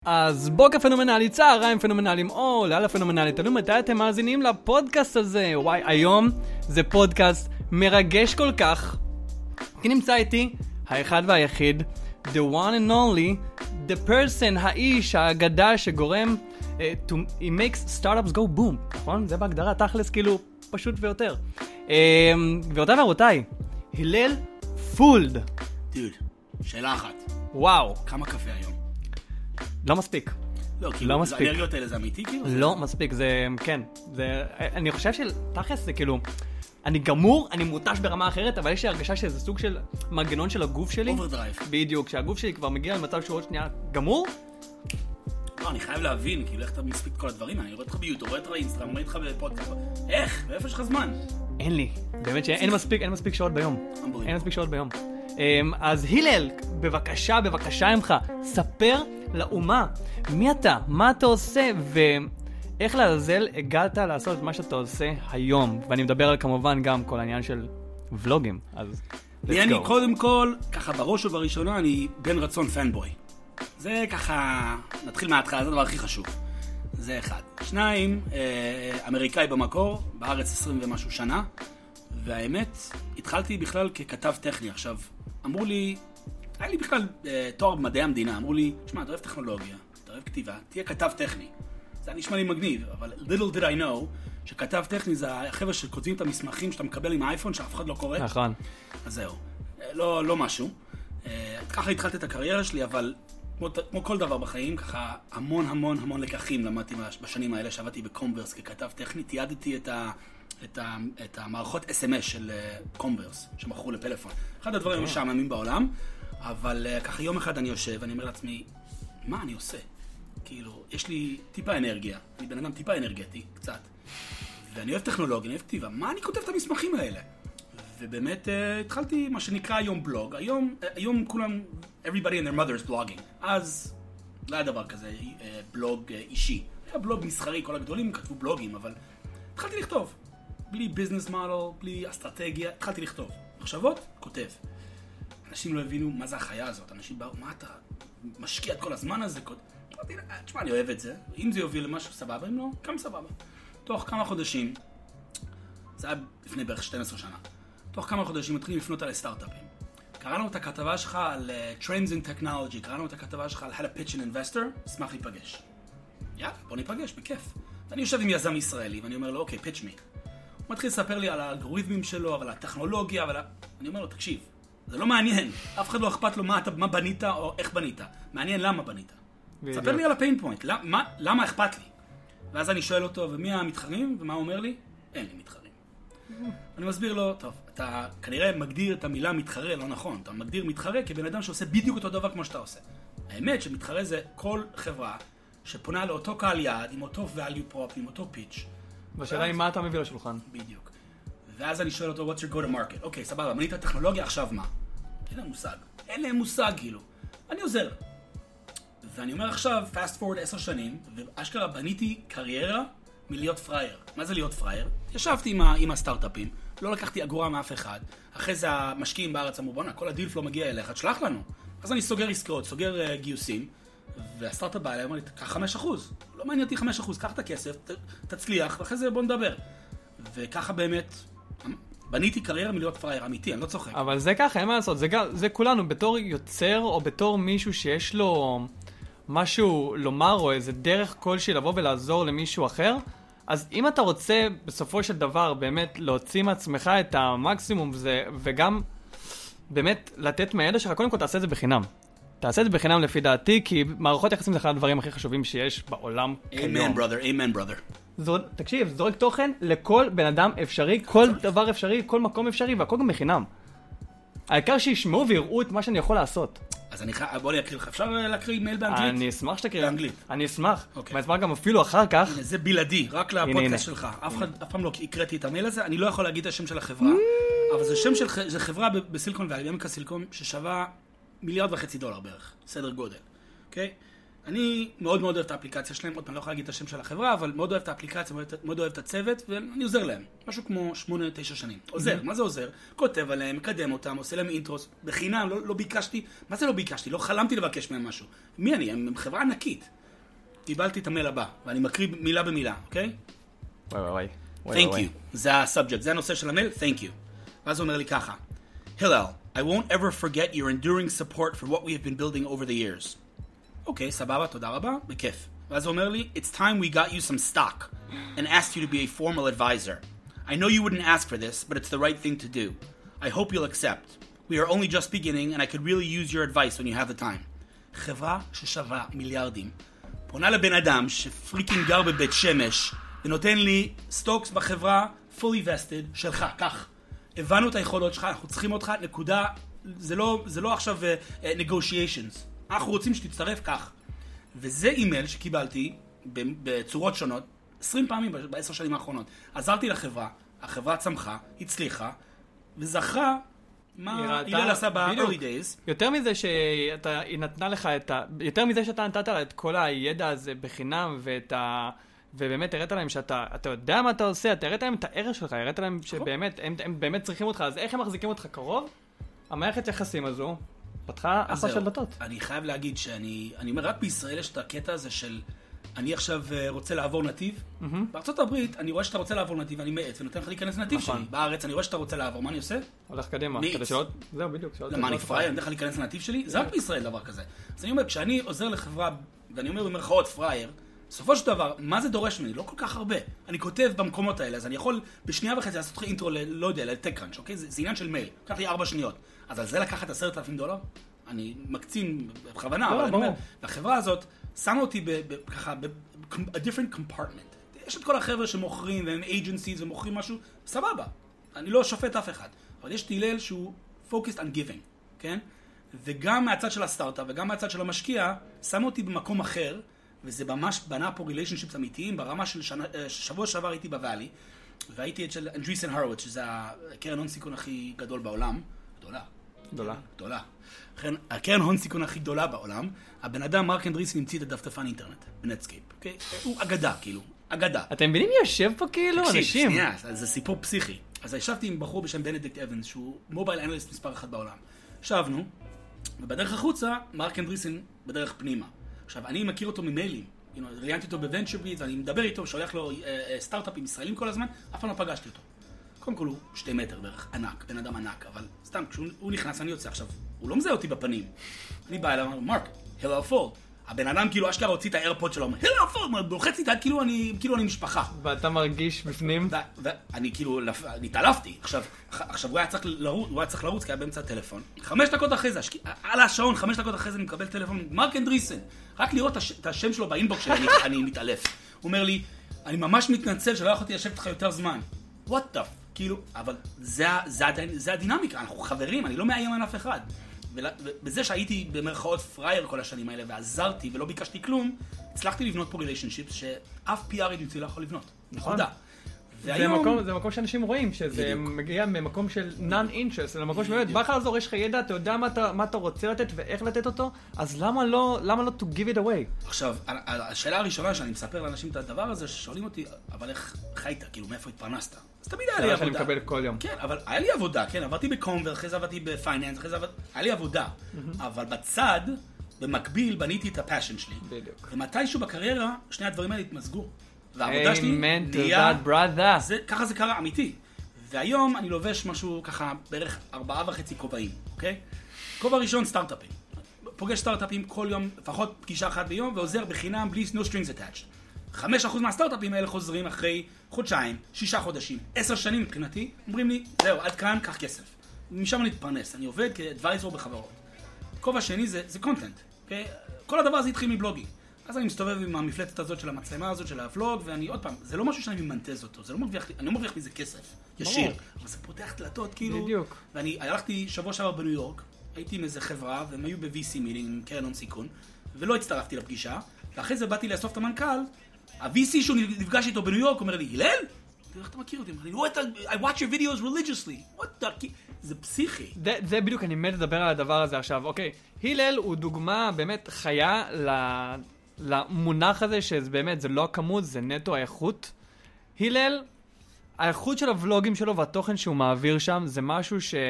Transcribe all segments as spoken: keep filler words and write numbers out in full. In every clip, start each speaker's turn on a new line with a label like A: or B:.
A: אז בוקר פנומנלי, צהריים פנומנליים, או לילה פנומנלי, תלוי מתי אתם מאזינים לפודקאסט הזה. וואי, היום זה פודקאסט מרגש כל כך, כי נמצא איתי האחד והיחיד, the one and only, the person, האיש, האגדה שגורם, uh, to, he makes startups go boom, נכון? זה בהגדרה, תכלס כאילו פשוט ויותר. Uh, ואותה ורבותיי, הלל פולד.
B: דוד, שאלה אחת.
A: וואו.
B: כמה קפה היום?
A: לא מספיק.
B: לא, כאילו,
A: לא מספיק.
B: האנרגיות האלה זה אמיתי כאילו?
A: לא מספיק, זה, כן. זה, אני חושב שתכלס זה כאילו, אני גמור, אני מותש ברמה אחרת, אבל יש לי הרגשה שזה סוג של מנגנון של הגוף שלי.
B: אוברדרייב.
A: בדיוק, שהגוף שלי כבר מגיע למצב שהוא עוד שנייה גמור.
B: לא, אני חייב להבין, כאילו, איך אתה מספיק כל הדברים, אני רואה אותך ביוטיוב, רואה אותך באינסטגרם, רואה אותך בפודקאסט. איך? ואיפה יש לך זמן?
A: אין לי. באמת שאין מספיק, אין מספיק שעות ביום.
B: אמבורים.
A: אין מספיק שעות ביום. אז הלל, בבקשה, בבקשה ממך, ספר לאומה מי אתה, מה אתה עושה ואיך לעזל הגעת לעשות את מה שאתה עושה היום. ואני מדבר על כמובן גם כל העניין של ולוגים, אז let's
B: אני
A: go.
B: קודם כל, ככה בראש ובראשונה, אני בן רצון פנבוי. זה ככה, נתחיל מההתחלה, זה הדבר הכי חשוב. זה אחד. שניים, אה, אמריקאי במקור, בארץ עשרים ומשהו שנה, והאמת, התחלתי בכלל ככתב טכני. עכשיו, אמרו לי, היה לי בכלל אה, תואר במדעי המדינה, אמרו לי, שמע, אתה אוהב טכנולוגיה, אתה אוהב כתיבה, תהיה כתב טכני. זה נשמע לי מגניב, אבל little did I know, שכתב טכני זה החבר'ה שכותבים את המסמכים שאתה מקבל עם האייפון, שאף אחד לא קורא.
A: נכון.
B: אז זהו, לא, לא משהו. ככה התחלתי את הקריירה שלי, אבל כמו, כמו כל דבר בחיים, ככה המון המון המון לקחים למדתי בשנים האלה שעבדתי בקומברס ככתב טכני, תיעדתי את ה... את, ה, את המערכות אס אם אס של קומברס שמכרו לפלאפון. אחד הדברים okay. משעממים בעולם, אבל uh, ככה יום אחד אני יושב ואני אומר לעצמי, מה אני עושה? כאילו, יש לי טיפה אנרגיה, אני בן אדם טיפה אנרגטי, קצת, ואני אוהב טכנולוגיה, אני אוהב כתיבה, מה אני כותב את המסמכים האלה? ובאמת uh, התחלתי מה שנקרא היום בלוג, היום, uh, היום כולם, everybody and their mother is blogging, אז לא היה דבר כזה, uh, בלוג uh, אישי, היה בלוג מסחרי, כל הגדולים כתבו בלוגים, אבל התחלתי לכתוב. בלי ביזנס מודל, בלי אסטרטגיה, התחלתי לכתוב. מחשבות, כותב. אנשים לא הבינו מה זה החיה הזאת. אנשים באו, מה אתה משקיע את כל הזמן הזה? אמרתי, תשמע, אני אוהב את זה. אם זה יוביל למשהו סבבה, אם לא, כמה סבבה. תוך כמה חודשים, זה היה לפני בערך שתים עשרה שנה, תוך כמה חודשים מתחילים לפנות על סטארט-אפים. קראנו את הכתבה שלך על uh, Trends in Technology, קראנו את הכתבה שלך על How to Pitch an Investor, אשמח להיפגש. יאללה, בוא ניפגש, בכיף. ואני יושב עם יזם ישראלי, ואני אומר לו, אוקיי, pitch me. הוא מתחיל לספר לי על האלגוריתמים שלו, על הטכנולוגיה, אבל אני אומר לו, תקשיב, זה לא מעניין. אף אחד לא אכפת לו מה, אתה, מה בנית או איך בנית. מעניין למה בנית. ספר לי על הפיין פוינט, למה, למה אכפת לי? ואז אני שואל אותו, ומי המתחרים? ומה הוא אומר לי? אין לי מתחרים. אני מסביר לו, טוב, אתה כנראה מגדיר את המילה מתחרה, לא נכון. אתה מגדיר מתחרה כבן אדם שעושה בדיוק אותו דבר כמו שאתה עושה. האמת שמתחרה זה כל חברה שפונה לאותו קהל יעד, עם אותו value prop, עם אותו pitch.
A: בשאלה היא מה אתה מביא לשולחן.
B: בדיוק. ואז אני שואל אותו, what's your go to market? אוקיי, סבבה, מנית טכנולוגיה, עכשיו מה? אין להם מושג. אין להם מושג, כאילו. אני עוזר. ואני אומר עכשיו, fast forward עשר שנים, ואשכרה בניתי קריירה מלהיות פרייר. מה זה להיות פרייר? ישבתי עם, ה- עם הסטארט-אפים, לא לקחתי אגורה מאף אחד. אחרי זה המשקיעים בארץ אמרו, בונה, כל הדיל פלו מגיע אליך, תשלח לנו. אז אני סוגר עסקאות, סוגר uh, גיוסים, והסטארט-אפ בא אליי, אמר לי, קח חמישה אחוז. לא מעניין אותי חמישה אחוז, קח את הכסף, ת, תצליח, ואחרי זה בוא נדבר. וככה באמת, בניתי קריירה מלהיות פרייר אמיתי, אני לא צוחק.
A: אבל זה ככה, אין מה לעשות, זה, זה כולנו, בתור יוצר או בתור מישהו שיש לו משהו לומר או איזה דרך כלשהי לבוא ולעזור למישהו אחר, אז אם אתה רוצה בסופו של דבר באמת להוציא מעצמך את המקסימום זה, וגם באמת לתת מהידע שלך, קודם כל תעשה את זה בחינם. תעשה את זה בחינם לפי דעתי, כי מערכות יחסים זה אחד הדברים הכי חשובים שיש בעולם כיום.
B: Amen brother, amen brother.
A: זור, תקשיב, זורק תוכן לכל בן אדם אפשרי, כל דבר אפשרי, כל מקום אפשרי, והכל גם בחינם. העיקר שישמעו ויראו את מה שאני יכול לעשות.
B: אז אני חייב, בוא לי אקריא לך, אפשר להקריא מייל באנגלית?
A: אני אשמח שתקריא.
B: באנגלית.
A: אני אשמח.
B: אוקיי.
A: ואני אשמח גם אפילו אחר כך.
B: הנה, זה בלעדי, רק לפודקאסט שלך. אף אחד, אף פעם לא הקראתי את המייל הזה, אני לא יכול להגיד את השם של החברה, אבל זה שם של, זה חברה בסיליקון ואלי, בעמק הסיליקון, ששווה מיליארד וחצי דולר בערך, סדר גודל. אוקיי? אני מאוד מאוד אוהב את האפליקציה שלהם, עוד פעם, לא יכול להגיד את השם של החברה, אבל מאוד אוהב את האפליקציה, מאוד אוהב את הצוות, ואני עוזר להם. משהו כמו שמונה, תשע שנים. עוזר, מה זה עוזר? כותב עליהם, מקדם אותם, עושה להם אינטרוס, בחינם, לא, לא ביקשתי, מה זה לא ביקשתי? לא חלמתי לבקש מהם משהו. מי אני? הם חברה ענקית. קיבלתי את המייל הבא, ואני מקריא מילה במילה, אוקיי?
A: וואי וואי וואי.
B: Thank you. זה הסאבג'קט, זה הנושא של המייל, thank you. ואז הוא אומר לי ככה, Hillel, I won't ever forget your enduring support for what we have been building over the years. אוקיי, סבבה, תודה רבה, בכיף. ואז הוא אומר לי, It's time we got you some stock and asked you to be a formal advisor. I know you wouldn't ask for this, but it's the right thing to do. I hope you'll accept. We are only just beginning and I could really use your advice when you have the time. חברה ששווה מיליארדים. פונה לבן אדם שפריקינג גר בבית שמש ונותן לי סטוקס בחברה fully vested שלך, כך. הבנו את היכולות שלך, אנחנו צריכים אותך, נקודה, זה לא, זה לא עכשיו uh, negotiations. אנחנו רוצים שתצטרף כך. וזה אימייל שקיבלתי בצורות שונות, עשרים פעמים בעשר שנים האחרונות. עזרתי לחברה, החברה צמחה, הצליחה, וזכרה מה הלל עשה ב-early days.
A: יותר מזה שאתה נתנה לך את ה... יותר מזה שאתה נתת לה את כל הידע הזה בחינם, ואת ה... ובאמת הראת להם שאתה אתה יודע מה אתה עושה, אתה הראת להם את הערך שלך, הראת להם שבאמת, הם, הם באמת צריכים אותך, אז איך הם מחזיקים אותך קרוב? המערכת יחסים הזו פתחה אחלה של דלתות.
B: אני חייב להגיד שאני, אני אומר, רק בישראל יש את הקטע הזה של, אני עכשיו רוצה לעבור נתיב. בארצות הברית, אני רואה שאתה רוצה לעבור נתיב, ואני מעץ, ונותן לך להיכנס לנתיב שלי. בארץ, אני רואה שאתה רוצה לעבור, מה אני עושה?
A: הולך קדימה. זהו, בדיוק.
B: למה אני פרייר, אני נותן לך להיכנס לנתיב שלי? זה רק בישראל דבר כזה. אז אני אומר, כשאני עוזר לחברה, ואני אומר במרכאות פרייר, בסופו של דבר, מה זה דורש ממני? לא כל כך הרבה. אני כותב במקומות האלה, אז אני יכול בשנייה וחצי לעשות לך אינטרו, לא יודע, לטק-קראנץ', אוקיי? זה עניין של מייל. לקח לי ארבע שניות. אז על זה לקחת עשרת אלפים דולר? אני מקצין בכוונה, אבל אני אומר, והחברה הזאת שמה אותי ככה, ב- a different compartment. יש את כל החבר'ה שמוכרים, והם agencies ומוכרים משהו, סבבה. אני לא שופט אף אחד. אבל יש תהילל שהוא focused on giving, כן? וגם מהצד של הסטארט-אפ, וגם מהצד של המשקיע, שמה אותי במקום אחר, וזה ממש בנה פה relationships אמיתיים, ברמה של שנה, שבוע שעבר הייתי בוואלי, והייתי אצל אנדריסן הרוואץ, שזה הקרן הון סיכון הכי גדול בעולם. גדולה.
A: גדולה.
B: גדולה. לכן, הקרן הון סיכון הכי גדולה בעולם, הבן אדם מרק אנדריסן המציא את הדפדפן אינטרנט, בנטסקייפ, אוקיי? הוא אגדה, כאילו, אגדה.
A: אתם מבינים יושב פה כאילו אנשים?
B: תקשיב, שנייה, זה סיפור פסיכי. אז ישבתי עם בחור בשם בנדיקט אבנס, שהוא מובייל אנליסט מספר אחד בעולם. ישבנו, ובדרך החוצה, מרק אנדריסן בדרך פנימה. עכשיו, אני מכיר אותו ממיילים. ראיינתי אותו בוונצ'ר ביז, אני מדבר איתו, שולח לו סטארט-אפים ישראלים כל הזמן, אף פעם לא פגשתי אותו. קודם כל הוא שתי מטר בערך, ענק, בן אדם ענק, אבל סתם, כשהוא נכנס, אני יוצא עכשיו, הוא לא מזהה אותי בפנים. אני בא אליו, מרק, הילר פורד. הבן אדם כאילו אשכרה הוציא את האיירפוד שלו, הילר פורד, בולחץ איתה, כאילו אני, כאילו אני משפחה.
A: ואתה מרגיש בפנים?
B: ואני כאילו, אני התעלפתי. עכשיו, עכשיו הוא היה צריך לרוץ, הוא היה צריך לרוץ, כי היה באמצע הטלפון. חמש דקות אחרי זה, על השעון, חמש דקות אחרי זה אני מקבל טלפון, מרק אנדריסן. רק לראות את השם שלו באינבוקס שלי, אני מתעלף. הוא אומר לי, אני ממש מתנצל שלא יכולתי לשבת איתך יותר זמן. What the f... כאילו, אבל זה, זה, זה הדינמיקה, אנחנו חברים, אני לא מאיים על אף אחד. ובזה שהייתי במרכאות פרייר כל השנים האלה, ועזרתי ולא ביקשתי כלום, הצלחתי לבנות פה ריליישנשיפס שאף פי אר אינטואיטיבי לא יכול לבנות.
A: נכון. זה מקום, זה מקום שאנשים רואים, שזה מגיע ממקום של non-interest, זה מקום שבאמת, בא לך לעזור, יש לך ידע, אתה יודע מה אתה, מה אתה רוצה לתת ואיך לתת אותו, אז למה לא, למה לא to give it away?
B: עכשיו, השאלה הראשונה שאני מספר לאנשים את הדבר הזה, ששואלים אותי, אבל איך חיית, כאילו, מאיפה התפרנסת? אז תמיד היה לי עבודה.
A: שאני מקבל כל יום.
B: כן, אבל היה לי עבודה, כן, עברתי בקומבר, אחרי זה עברתי בפייננס, אחרי זה עברתי, היה לי עבודה. אבל בצד, במקביל, בניתי את הפאשן שלי. בדיוק. ומתישהו בקריירה, שני הדברים האלה התמזגו. והעבודה שלי נהיה, זה, ככה זה קרה, אמיתי. והיום אני לובש משהו ככה בערך ארבעה וחצי כובעים, אוקיי? כובע ראשון, סטארט-אפים. פוגש סטארט-אפים כל יום, לפחות פגישה אחת ביום, ועוזר בחינם בלי no strings attached. חמש אחוז מהסטארט-אפים האלה חוזרים אחרי חודשיים, שישה חודשים, עשר שנים מבחינתי, אומרים לי, זהו, עד כאן, קח כסף. משם אני אתפרנס, אני עובד כאדוויזור בחברות. כובע שני זה, זה קונטנט, אוקיי? כל הדבר הזה התחיל מבלוגי. אז אני מסתובב עם המפלצת הזאת של המצלמה הזאת, של הוולוג, ואני עוד פעם, זה לא משהו שאני ממנטז אותו, זה לא מרוויח לי, אני לא מרוויח מזה כסף, ישיר, אבל זה פותח דלתות, כאילו.
A: בדיוק.
B: ואני הלכתי שבוע שעבר בניו יורק, הייתי עם איזה חברה, והם היו ב-וי סי מיטינג עם קרן הון סיכון, ולא הצטרפתי לפגישה, ואחרי זה באתי לאסוף את המנכ"ל, ה-וי סי שהוא נפגש איתו בניו יורק, אומר לי, הלל, איך אתה מכיר אותי? I watch your videos religiously. What the... זה פסיכי.
A: זה, זה בדיוק, אני מת לדבר על הדבר הזה עכשיו. אוקיי, הלל הוא דוגמה באמת חיה למונח הזה, שזה באמת, זה לא הכמות, זה נטו האיכות. הלל, האיכות של הוולוגים שלו והתוכן שהוא מעביר שם, זה משהו ש...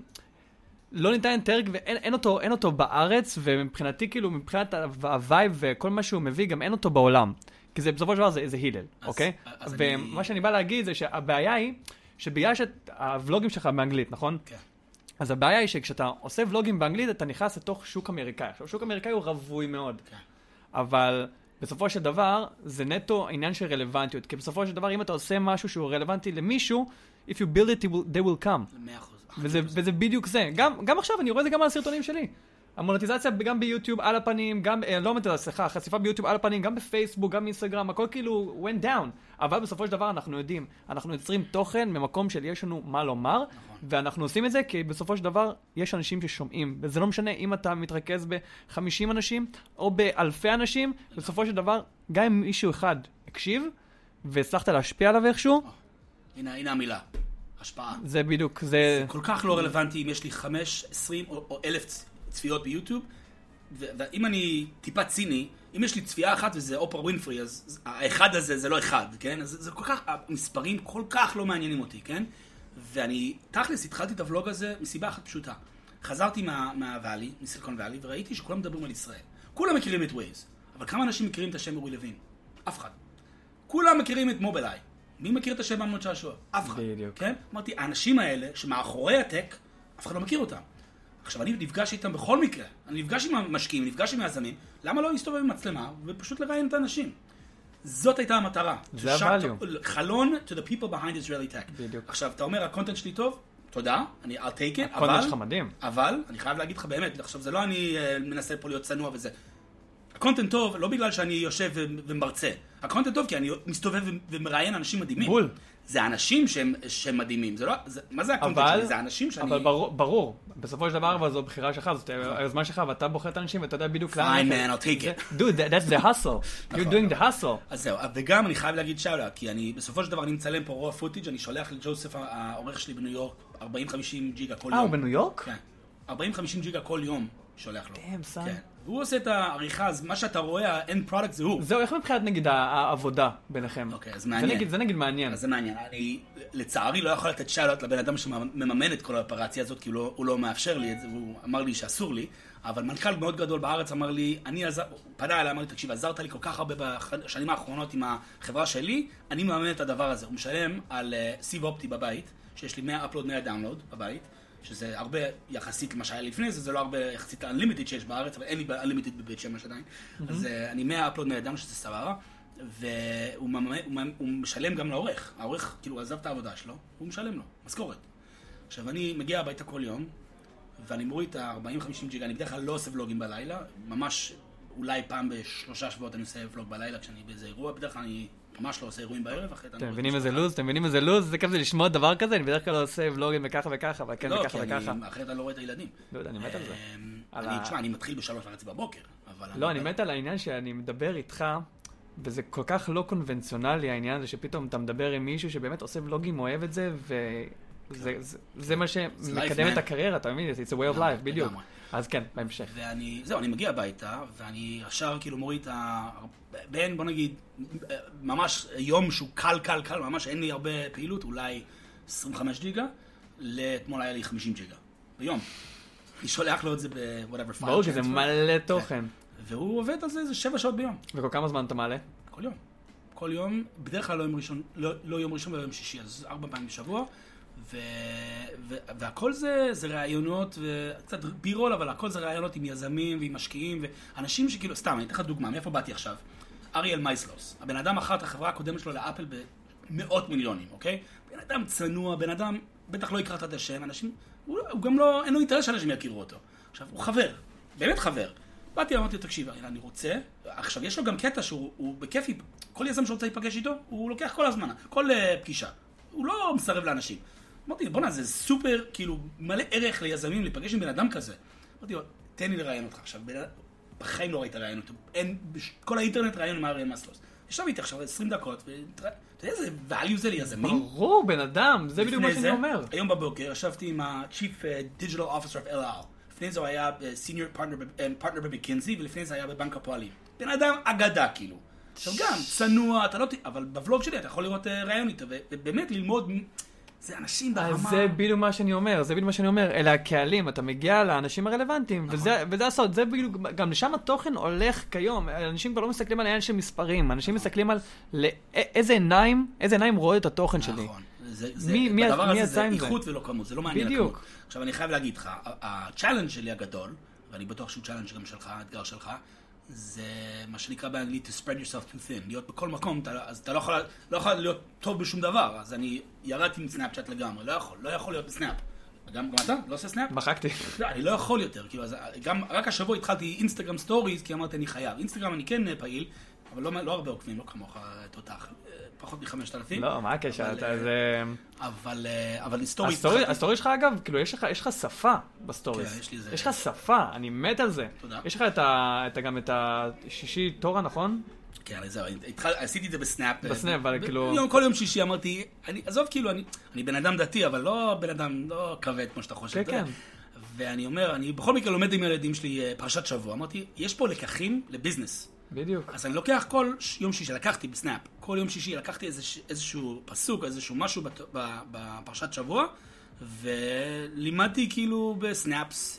A: לא ניתן תרג ואין אין אותו, אין אותו בארץ, ומבחינתי כאילו, מבחינת הווייב וכל מה שהוא מביא, גם אין אותו בעולם. כי זה בסופו של דבר זה, זה הלל, אז, אוקיי? אז ומה אני... שאני בא להגיד זה שהבעיה היא, שבגלל שהוולוגים שלך באנגלית, נכון? כן. אז הבעיה היא שכשאתה עושה ולוגים באנגלית, אתה נכנס לתוך שוק אמריקאי. עכשיו, שוק אמריקאי הוא רווי מאוד. כן. אבל בסופו של דבר, זה נטו עניין של רלוונטיות. כי בסופו של דבר, אם אתה עושה משהו שהוא רלוונטי למישהו, if you build it, they will come.
B: מאה אחוז.
A: וזה, וזה בדיוק זה. גם, גם עכשיו, אני רואה זה גם על הסרטונים שלי. המונטיזציה גם ביוטיוב על הפנים, גם, לא מונטיזציה, סליחה, חשיפה ביוטיוב על הפנים, גם בפייסבוק, גם באינסטגרם, הכל כאילו went down. אבל בסופו של דבר אנחנו יודעים, אנחנו יוצרים תוכן ממקום של יש לנו מה לומר, נכון. ואנחנו עושים את זה כי בסופו של דבר יש אנשים ששומעים, וזה לא משנה אם אתה מתרכז ב-חמישים אנשים או באלפי אנשים, בסופו של דבר, גם אם מישהו אחד הקשיב, והצלחת להשפיע עליו איכשהו,
B: הנה, הנה המילה. השפעה.
A: זה בדיוק, זה...
B: זה כל כך לא רלוונטי אם יש לי חמש, עשרים או אלף צפיות ביוטיוב, ואם אני טיפה ציני, אם יש לי צפייה אחת וזה אופרה ווינפרי, אז האחד הזה זה לא אחד, כן? אז זה כל כך, המספרים כל כך לא מעניינים אותי, כן? ואני, תכלס, התחלתי את הוולוג הזה מסיבה אחת פשוטה. חזרתי מהוואלי, מסיליקון ואלי, וראיתי שכולם מדברים על ישראל. כולם מכירים את ווייז, אבל כמה אנשים מכירים את השם אורי לוין? אף אחד. כולם מכירים את מובילאיי. מי מכיר את השם אמנון שעשוע? אף אחד. בדיוק. כן? אמרתי, האנשים האלה שמאחורי הטק, אף אחד לא מכיר אותם. עכשיו, אני נפגש איתם בכל מקרה. אני נפגש עם המשקיעים, נפגש עם היזמים. למה לא להסתובב עם מצלמה ופשוט לראיין את האנשים? זאת הייתה המטרה.
A: זה הvalue.
B: חלון to the people behind Israeli tech.
A: בדיוק.
B: עכשיו, אתה אומר, הקונטנט שלי טוב? תודה, אני, I'll take it, אבל...
A: הקונטנט שלך מדהים.
B: אבל, אני חייב להגיד לך באמת, עכשיו, זה לא אני uh, מנסה פה להיות צנוע וזה. הקונטנט טוב, לא בגלל שאני יושב ו- ומרצה. הקונטנט טוב כי אני מסתובב ו- ומראיין אנשים מדהימים. בול. זה אנשים שהם, שהם מדהימים. זה לא, זה, מה זה הקונטנט שלי? זה אנשים שאני...
A: אבל ברור, ברור. בסופו של דבר, אבל זו בחירה שלך, זאת היוזמה שלך, ואתה בוחר את האנשים, ואתה יודע בדיוק לאן...
B: Fine man, I'll take it.
A: Dude, that's the hustle. You're doing the hustle.
B: אז זהו, וגם אני חייב להגיד שאלה, כי אני, בסופו של דבר אני מצלם פה רוע פוטיג', אני שולח לג'וסף, העורך שלי בניו יורק, ארבעים חמישים ג'יגה כל יום.
A: אה, הוא בניו יורק?
B: כן. ארבעים חמישים ג'יגה כל יום שולח לו.
A: Damn, son.
B: כן. הוא עושה את העריכה, אז מה שאתה רואה, ה-end product זה הוא.
A: זהו, איך מבחינת נגיד העבודה ביניכם?
B: אוקיי, אז מעניין.
A: זה נגיד, זה נגיד מעניין.
B: אז זה מעניין. אני, לצערי, לא יכול לתת שאלות לבן אדם שמממן את כל האופרציה הזאת, כי הוא לא, הוא לא מאפשר לי את זה, והוא אמר לי שאסור לי, אבל מנכ"ל מאוד גדול בארץ אמר לי, אני עזר, הוא פנה אליי, אמר לי, תקשיב, עזרת לי כל כך הרבה בשנים האחרונות עם החברה שלי, אני מממן את הדבר הזה. הוא משלם על סיב אופטי בבית, שיש לי מאה אפלוד, מאה דאונלוד בבית, שזה הרבה יחסית למה שהיה לפני זה, זה לא הרבה יחסית ל-unlimited שיש בארץ, אבל אין לי ב-unlimited בבית שמש עדיין. אז אני מאה אפלוד מהאדם שזה סבבה, והוא משלם גם לעורך. העורך כאילו עזב את העבודה שלו, הוא משלם לו, משכורת. עכשיו אני מגיע הביתה כל יום, ואני מוריד את ה-ארבעים חמישים ג'יגה, אני בדרך כלל לא עושה ולוגים בלילה, ממש אולי פעם בשלושה שבועות אני עושה ולוג בלילה כשאני באיזה אירוע, בדרך כלל אני ממש לא עושה אירועים בערב, אחרי
A: אתם מבינים איזה לוז? אתם מבינים איזה לוז? זה כזה לשמוע דבר כזה, אני בדרך כלל לא עושה ולוגים וככה וככה, אבל כן וככה וככה.
B: לא, כי אחרת אני לא רואה את הילדים.
A: לא יודע, אני מת על זה.
B: אני, תשמע, אני מתחיל בשלוש וחצי בבוקר, אבל...
A: לא, אני מת על העניין שאני מדבר איתך, וזה כל כך לא קונבנציונלי העניין הזה, שפתאום אתה מדבר עם מישהו שבאמת עושה ולוגים, אוהב את זה, וזה מה שמקדם את הקריירה, אתה מבין? It's a way of life, בדיוק. אז כן, בהמשך.
B: ואני, זהו, אני מגיע הביתה, ואני ישר כאילו מוריד את ה... בין, בוא נגיד, ממש יום שהוא קל, קל, קל, ממש אין לי הרבה פעילות, אולי עשרים וחמש ג'יגה, לאתמול היה לי חמישים ג'יגה, ביום. אני שולח לו את זה ב-whatever file.
A: ברור שזה מלא תוכן.
B: והוא עובד על זה איזה שבע שעות ביום.
A: וכל כמה זמן אתה מעלה?
B: כל יום. כל יום, בדרך כלל לא יום ראשון, לא, לא יום ראשון ויום שישי, אז ארבע פעמים בשבוע. ו... ו... והכל זה, זה רעיונות, וקצת בירול, אבל הכל זה רעיונות עם יזמים ועם משקיעים, ואנשים שכאילו, סתם, אני אתן לך דוגמה, מאיפה באתי עכשיו? אריאל מייסלוס. הבן אדם אחר את החברה הקודמת שלו לאפל במאות מיליונים, אוקיי? בן אדם צנוע, בן אדם, בטח לא יקראת את השם, אנשים, הוא, הוא גם לא, אין לו אינטרס שאנשים יכירו אותו. עכשיו, הוא חבר, באמת חבר. באתי, אמרתי, תקשיב, אני רוצה, עכשיו, יש לו גם קטע שהוא בכיף, כל יזם שרוצה להיפגש איתו, הוא לוקח כל הזמן, כל uh, פגישה. הוא לא מסרב לאנשים. אמרתי, בוא נה, זה סופר, כאילו, מלא ערך ליזמים, להיפגש עם בן אדם כזה. אמרתי, תן לי לראיין אותך עכשיו. בחיים לא ראית לראיין אותו. אין, כל האינטרנט ראיין עם אריאל מייסלוס. ישב איתי עכשיו עשרים דקות, ואתה יודע איזה value זה לי, איזה מין?
A: ברור, בן אדם, זה בדיוק מה שאני אומר.
B: היום בבוקר ישבתי עם ה-Chief Digital Officer of אל על. לפני זה הוא היה Senior Partner בבקינזי, ולפני זה היה בבנק הפועלים. בן אדם אגדה, כאילו. עכשיו גם, צנוע, אתה לא... אבל בוולוג שלי אתה יכול לראות רעיון איתו, ובאמת ללמוד... זה אנשים ברמה...
A: זה בדיוק מה שאני אומר, זה בדיוק מה שאני אומר, אלה הקהלים, אתה מגיע לאנשים הרלוונטיים, וזה, וזה הסוד, זה בדיוק, גם לשם התוכן הולך כיום, אנשים כבר לא מסתכלים על העניין של מספרים, אנשים מסתכלים על איזה עיניים, איזה עיניים רואה את התוכן שלי.
B: נכון, בדבר הזה זה איכות ולא כמות, זה לא מעניין הכמות.
A: בדיוק.
B: עכשיו אני חייב להגיד לך, הצ'אלנג' שלי הגדול, ואני בטוח שהוא צ'אלנג' גם שלך, האתגר שלך, זה מה שנקרא באנגלית to spread yourself too thin, להיות בכל מקום, אז אתה לא יכול, לא יכול להיות טוב בשום דבר, אז אני ירדתי עם סנאפצ'אט לגמרי, לא יכול, לא יכול להיות בסנאפ. גם, גם אתה? לא עושה סנאפ?
A: מחקתי.
B: לא, אני לא יכול יותר, כאילו, אז גם, רק השבוע התחלתי אינסטגרם סטוריז, כי אמרתי אני חייב. אינסטגרם אני כן פעיל, אבל לא, לא הרבה עוקבים, לא כמוך תותח, פחות מחמשת אלפים.
A: לא, מה הקשר? אתה זה...
B: אבל, אבל סטוריז...
A: הסטורי שלך אגב, כאילו, יש לך, יש לך שפה בסטוריז.
B: כן, יש לי זה...
A: יש לך שפה, אני מת על זה.
B: תודה.
A: יש לך את ה... את גם את השישי תורה, נכון?
B: כן, זהו, עשיתי את זה בסנאפ.
A: בסנאפ, אבל כאילו...
B: כל יום שישי אמרתי, עזוב, כאילו, אני בן אדם דתי, אבל לא בן אדם, לא כבד כמו שאתה חושב.
A: כן, כן.
B: ואני אומר, אני בכל מקרה לומד עם הילדים שלי פרשת שבוע. אמרתי, יש פה לקחים לביזנס.
A: בדיוק.
B: אז אני לוקח כל יום שישי, לקחתי בסנאפ, כל יום שישי לקחתי איזשהו פסוק, איזשהו משהו בפרשת שבוע, ולימדתי כאילו בסנאפס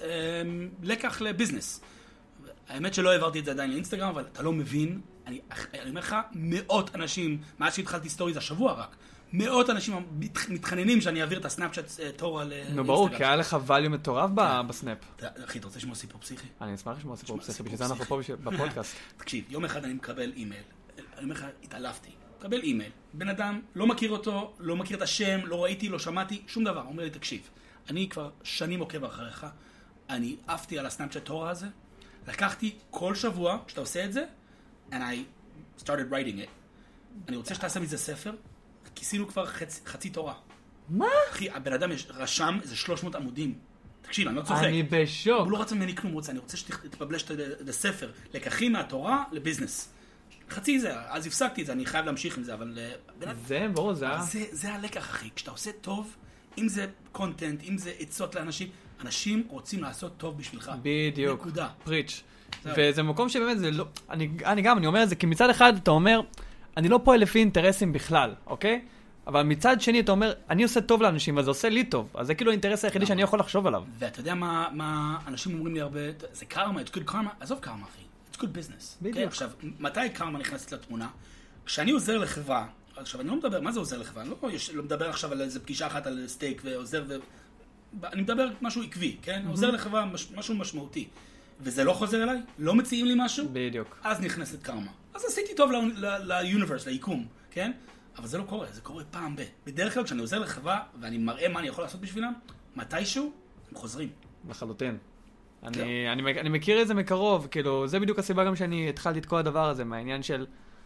B: לקח לביזנס. האמת שלא העברתי את זה עדיין לאינסטגרם, אבל אתה לא מבין, אני, אני אומר לך, מאות אנשים, מאז שהתחלתי סטוריז השבוע רק, מאות אנשים מתחננים שאני אעביר את הסנאפצ'אט תורה לאינסטגרם.
A: נו ברור, כי היה לך value מטורף בסנאפ.
B: אחי, אתה רוצה לשמוע סיפור פסיכי?
A: אני אשמח לשמוע סיפור פסיכי, בשביל זה אנחנו פה בפודקאסט.
B: תקשיב, יום אחד אני מקבל אימייל, אני אומר לך, התעלפתי, מקבל אימייל, בן אדם, לא מכיר אותו, לא מכיר את השם, לא ראיתי, לא שמעתי, שום דבר, אומר לי, תקשיב, אני כבר שנים עוקב אחריך, אני עפתי על הסנאפצ'אט תורה הזה, לקחתי כל שבוע, כשאתה עושה את זה, and I started writing it. אני רוצה שתעשה מזה ספר, כיסינו כבר חצי, חצי תורה.
A: מה?
B: אחי, הבן אדם יש, רשם איזה שלוש מאות עמודים. תקשיב, אני לא צוחק.
A: אני בשוק.
B: הוא לא רצה ממני כלום, רוצה, אני רוצה שתפבלש את הספר, לקחים מהתורה לביזנס. חצי זה, אז הפסקתי את זה, אני חייב להמשיך עם זה, אבל...
A: זה, ברור, זה...
B: זה, זה הלקח, אחי. כשאתה עושה טוב, אם זה קונטנט, אם זה עצות לאנשים, אנשים רוצים לעשות טוב בשבילך.
A: בדיוק.
B: נקודה.
A: פריץ'. וזה מקום שבאמת זה לא... אני, אני גם, אני אומר את זה, כי מצד אחד אתה אומר, אני לא פועל לפי אינטרסים בכלל, אוקיי? אבל מצד שני אתה אומר, אני עושה טוב לאנשים, אז זה עושה לי טוב. אז זה כאילו האינטרס היחידי שאני יכול לחשוב עליו.
B: ואתה יודע מה, מה אנשים אומרים לי הרבה, זה קרמה, it's good karma, עזוב קרמה, אחי. It's good business.
A: בדיוק.
B: עכשיו, מתי קרמה נכנסת לתמונה? כשאני עוזר לחברה, עכשיו אני לא מדבר, מה זה עוזר לחברה? אני לא, יש, לא מדבר עכשיו על איזה פגישה אחת על סטייק ועוזר ו... אני מדבר משהו עקבי, כן? Mm-hmm. עוזר לחברה מש, משהו משמעותי. וזה לא חוזר אליי? לא מציעים לי משהו?
A: בדיוק.
B: אז נכנסת קרמה. אז עשיתי טוב ליוניברס, ליקום, כן? אבל זה לא קורה, זה קורה פעם ב. בדרך כלל כשאני עוזר לחברה ואני מראה מה אני יכול לעשות בשבילם, מתישהו הם חוזרים.
A: לחלוטין. אני, אני, אני מכיר את זה מקרוב, כאילו, זה בדיוק הסיבה גם שאני התחלתי את כל הדבר הזה, מהעניין של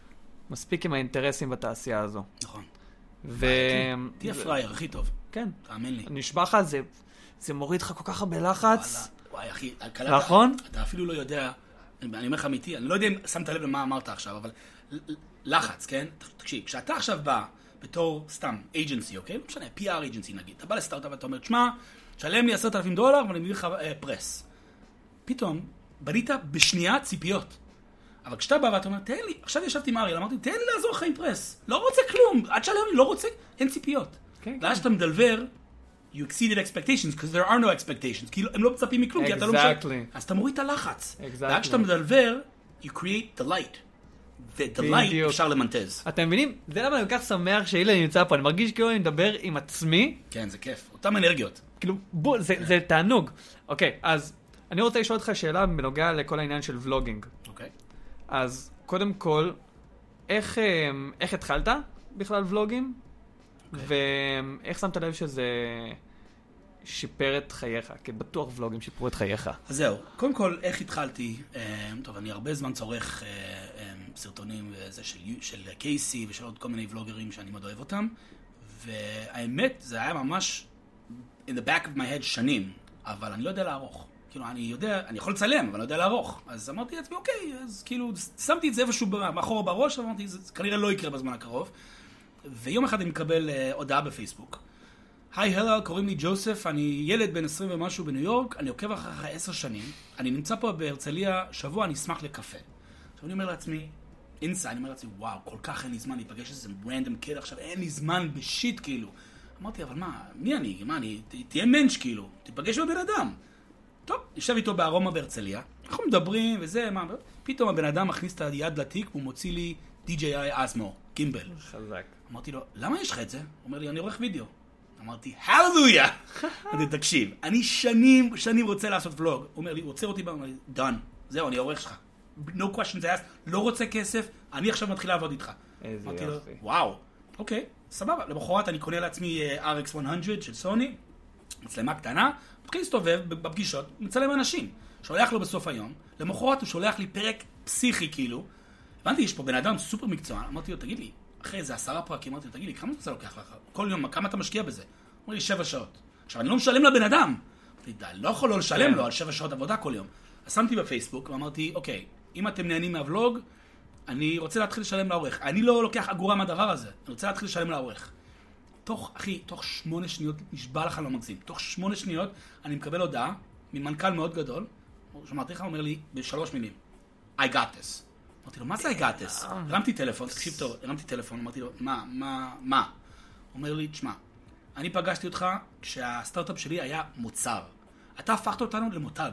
A: מספיק עם האינטרסים בתעשייה הזו.
B: נכון.
A: ו...
B: תהיה פרייר, הכי טוב.
A: כן.
B: תאמין לי.
A: נשבע לך, זה, זה מוריד לך כל כך הרבה לחץ.
B: וואי, אחי,
A: נכון?
B: אתה אפילו לא יודע, אני אומר לך אמיתי, אני לא יודע אם שמת לב למה אמרת עכשיו, אבל לחץ, כן? תקשיב, כשאתה עכשיו בא בתור סתם אייג'נסי, אוקיי? לא משנה, פי אר אייג'נסי נגיד, אתה בא לסטארט-אפ ואתה אומר, תשמע, שלם לי עשרת אלפים דולר ואני מביא לך פרס. פתאום, בנית בשנייה ציפיות. אבל כשאתה בא ואתה אומר, תן לי, עכשיו ישבתי עם אריאל, אמרתי, תן לי לעזור לך עם פרס. לא רוצה כלום, עד שלם לי, לא רוצה, אין ציפיות. ואז שאתה מדלבר, you exceeded expectations, because there are no expectations. כי הם לא מצפים מכלום, כי אתה לא משנה. אז אתה מוריד את הלחץ. ועד שאתה מדלבר, you create the light. ואת ה-light אפשר למנטז.
A: אתם מבינים? זה למה אני כל כך שמח שאילן נמצא פה. אני מרגיש כאילו אני מדבר עם עצמי.
B: כן, זה כיף. אותם אנרגיות.
A: כאילו, בוא, זה תענוג. אוקיי, אז אני רוצה לשאול אותך שאלה בנוגע לכל העניין של ולוגינג.
B: אוקיי.
A: אז קודם כל, איך, איך התחלת בכלל ולוגים? ואיך שמת לב שזה שיפר את חייך? כי בטוח ולוגים שיפרו את חייך.
B: אז זהו, קודם כל, איך התחלתי? טוב, אני הרבה זמן צורך סרטונים וזה של, של קייסי ושל עוד כל מיני ולוגרים שאני מאוד אוהב אותם. והאמת, זה היה ממש in the back of my head שנים, אבל אני לא יודע לערוך. כאילו, אני יודע, אני יכול לצלם, אבל אני יודע לערוך. אז אמרתי לעצמי, אוקיי, אז כאילו, שמתי את זה איפשהו מאחורה בראש, אמרתי, זה כנראה לא יקרה בזמן הקרוב. ויום אחד אני מקבל uh, הודעה בפייסבוק. היי הלאה, קוראים לי ג'וסף, אני ילד בן עשרים ומשהו בניו יורק, אני עוקב אחריך עשר שנים, אני נמצא פה בהרצליה שבוע, אני אשמח לקפה. עכשיו אני אומר לעצמי, אינסה, אני אומר לעצמי, וואו, כל כך אין לי זמן להיפגש איזה רנדום קיד, עכשיו אין לי זמן בשיט כאילו. אמרתי, אבל מה, מי אני? מה אני? תהיה מנש כאילו, תיפגש בבן אדם. טוב, יושב איתו בארומה בהרצליה, אנחנו מדברים וזה, מה, פתאום הבן אדם מכניס את היד לתיק, והוא מוציא לי די ג'יי איי אסמו, גימבל.
A: חזק.
B: אמרתי לו, למה יש לך את זה? הוא אומר לי, אני עורך וידאו. אמרתי, הללויה! אמרתי, תקשיב, אני שנים, שנים רוצה לעשות ולוג. הוא אומר לי, הוא עוצר אותי, הוא אומר לי, done, זהו, אני עורך שלך. No questions asked, לא רוצה כסף, אני עכשיו מתחיל לעבוד איתך.
A: איזה
B: אמרתי לו,
A: יופי.
B: וואו, אוקיי, סבבה. למחרת אני קונה לעצמי אר אקס מאה של סוני, מצלמה קטנה, מתחיל להסתובב בפגישות, מצלם אנשים. שולח לו בסוף היום, למחרת הוא שולח לי פרק פסיכי כאילו. הבנתי, יש פה בן אדם סופר מקצוען, אמרתי לו, תגיד לי, אחרי איזה עשרה פרקים, אמרתי לו, תגיד לי, כמה זה לוקח לך? כל יום, כמה אתה משקיע בזה? הוא אומר לי, שבע שעות. עכשיו, אני לא משלם לבן אדם. אמרתי, די, לא יכול לא לשלם לו על שבע שעות עבודה כל יום. אז שמתי בפייסבוק ואמרתי, אוקיי, אם אתם נהנים מהוולוג, אני רוצה להתחיל לשלם לעורך. אני לא לוקח אגורה מהדבר הזה, אני רוצה להתחיל לשלם לעורך. תוך, אחי, תוך שמונה שניות, נשבע לך לא מגזים, תוך שמונה שניות אני מקבל הודעה ממנכ"ל מאוד גדול, שמעתי לך, הוא אומר לי בשלוש מילים, I got this. אמרתי לו, מה זה I got this? הרמתי טלפון, תקשיב טוב, הרמתי טלפון, אמרתי לו, מה, מה, מה? הוא אומר לי, תשמע, אני פגשתי אותך כשהסטארט-אפ שלי היה מוצר. אתה הפכת אותנו למותג.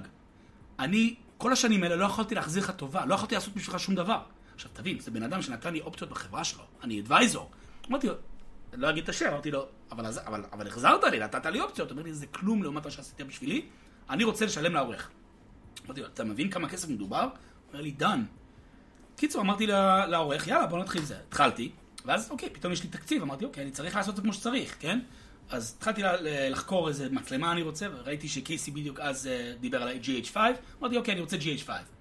B: אני, כל השנים האלה לא יכולתי להחזיר לך טובה, לא יכולתי לעשות בשבילך שום דבר. עכשיו תבין, זה בן אדם שנתן לי אופציות בחברה שלו, אני אדוויזור. אמרתי לו, לא אגיד את השם, אמרתי לו, אבל, אבל, אבל החזרת לי, נתת לי אופציות. אמרתי לי, זה כלום לעומת מה שעשיתי בשבילי, אני רוצה לשלם לעורך. אמרתי לו, אתה מבין כמה כסף מדובר? הוא אומר לי, דן. קיצור, אמרתי לעורך, יאללה, בוא נתחיל זה. התחלתי, ואז אוקיי, פתאום יש לי תקציב, אמרתי, אוקיי, אני צריך לעשות את זה כמו שצריך, כן? אז התחלתי לחקור איזה מצלמה אני רוצה, וראיתי שקייסי בדיוק אז דיבר על ג'י אייץ' פייב, אמרתי, אוקיי, אני רוצה ג'י אייץ' פייב.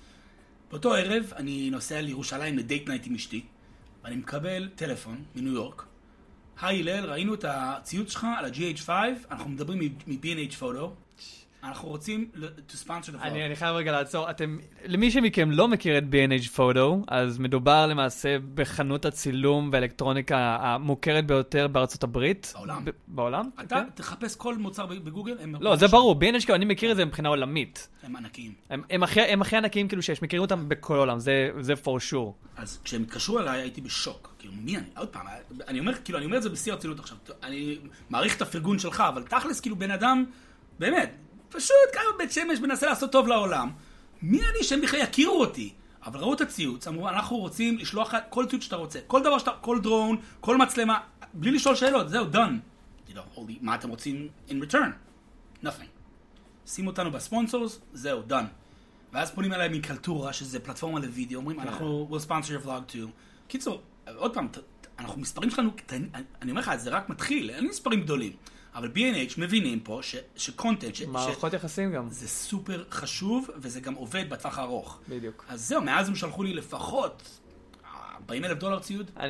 B: באותו ערב אני נוסע לירושלים לדייט נייט עם אשתי, ואני מקבל טלפון מניו יורק. היי הלל, ראינו את הציוד שלך על ה-ג'י אייץ' פייב, אנחנו מדברים מ-בי אנד אייץ' Photo, אנחנו רוצים to sponsor the vlog.
A: אני, אני חייב רגע לעצור, אתם, למי שמכם לא מכיר את בי אנד אייץ' Photo, אז מדובר למעשה בחנות הצילום והאלקטרוניקה המוכרת ביותר בארצות הברית.
B: בעולם.
A: ב- בעולם?
B: אתה תחפש כל מוצר בגוגל, הם...
A: לא, זה ברור, בי אנד אייץ', אני מכיר את זה מבחינה עולמית.
B: הם ענקיים.
A: הם, הם, הכי, הם הכי ענקיים כאילו שיש, מכירים אותם בכל עולם, זה, זה for sure.
B: אז כשהם התקשרו אליי הייתי בשוק, כאילו מי אני? עוד פעם, אני אומר, כאילו, אני אומר את זה בשיא הרצינות עכשיו, אני מעריך את הפרגון שלך, אבל תכלס כאילו בן אדם, באמת, פשוט כמה בית שמש מנסה לעשות טוב לעולם, מי אני שהם בכלל יכירו אותי? אבל ראו את הציוץ, אמרו, אנחנו רוצים לשלוח כל ציוץ שאתה רוצה, כל דבר שאתה, כל דרון, כל מצלמה, בלי לשאול שאלות, זהו, done. You know, מה אתם רוצים in return? Nothing. שימו אותנו בספונסורס, זהו, done. ואז פונים אליי מקלטורה, שזה פלטפורמה לוידאו, אומרים, אנחנו, we'll sponsor your vlog too. קיצור, עוד פעם, אנחנו מספרים שלנו, אני אומר לך, זה רק מתחיל, אין לי מספרים גדולים. אבל בי אנד אייץ' מבינים פה שקונטנט,
A: מערכות יחסים גם.
B: זה סופר חשוב, וזה גם עובד בטווח הארוך.
A: בדיוק.
B: אז זהו, מאז הם שלחו לי לפחות ארבעים אלף דולר ציוד.
A: אני,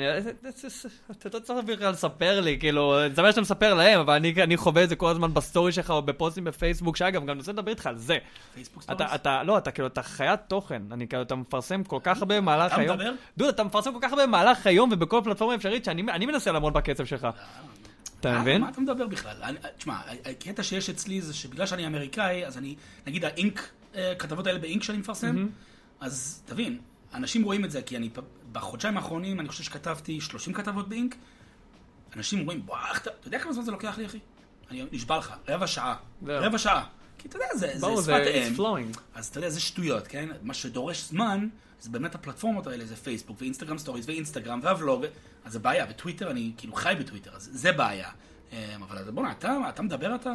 A: אתה לא צריך בכלל לספר לי, כאילו, זה מה שאתה מספר להם, אבל אני, אני חווה את זה כל הזמן בסטורי שלך, או בפוסטים בפייסבוק, שאגב, גם נושא לדבר איתך על זה.
B: פייסבוק סטוריס?
A: אתה, אתה, לא, אתה כאילו, אתה חיית תוכן, אני כאילו, אתה מפרסם כל כך הרבה במהלך היום.
B: אתה מדבר?
A: דוד, אתה מפרסם כל כך הרבה במהלך היום, ובכל פלטפורמה אפשרית, שאני אני מנסה לעמוד בקצב שלך. אתה מבין?
B: מה אתה מדבר בכלל? תשמע, הקטע שיש אצלי זה שבגלל שאני אמריקאי, אז אני, נגיד האינק, כתבות האלה באינק שאני מפרסם, אז תבין, אנשים רואים את זה, כי אני בחודשיים האחרונים, אני חושב שכתבתי שלושים כתבות באינק, אנשים רואים, בוא, אתה יודע כמה זמן זה לוקח לי, אחי? אני נשבע לך, רבע שעה, רבע שעה. כי אתה יודע, זה שפת אם. אז אתה יודע, זה שטויות, כן? מה שדורש זמן, זה באמת הפלטפורמות האלה, זה פייסבוק ואינסטגרם סטוריז ואינסטגרם והוולוג, אז זה בעיה, וטוויטר, אני כאילו חי בטוויטר, אז זה בעיה. אבל בוא'נה, אתה, אתה מדבר אתה?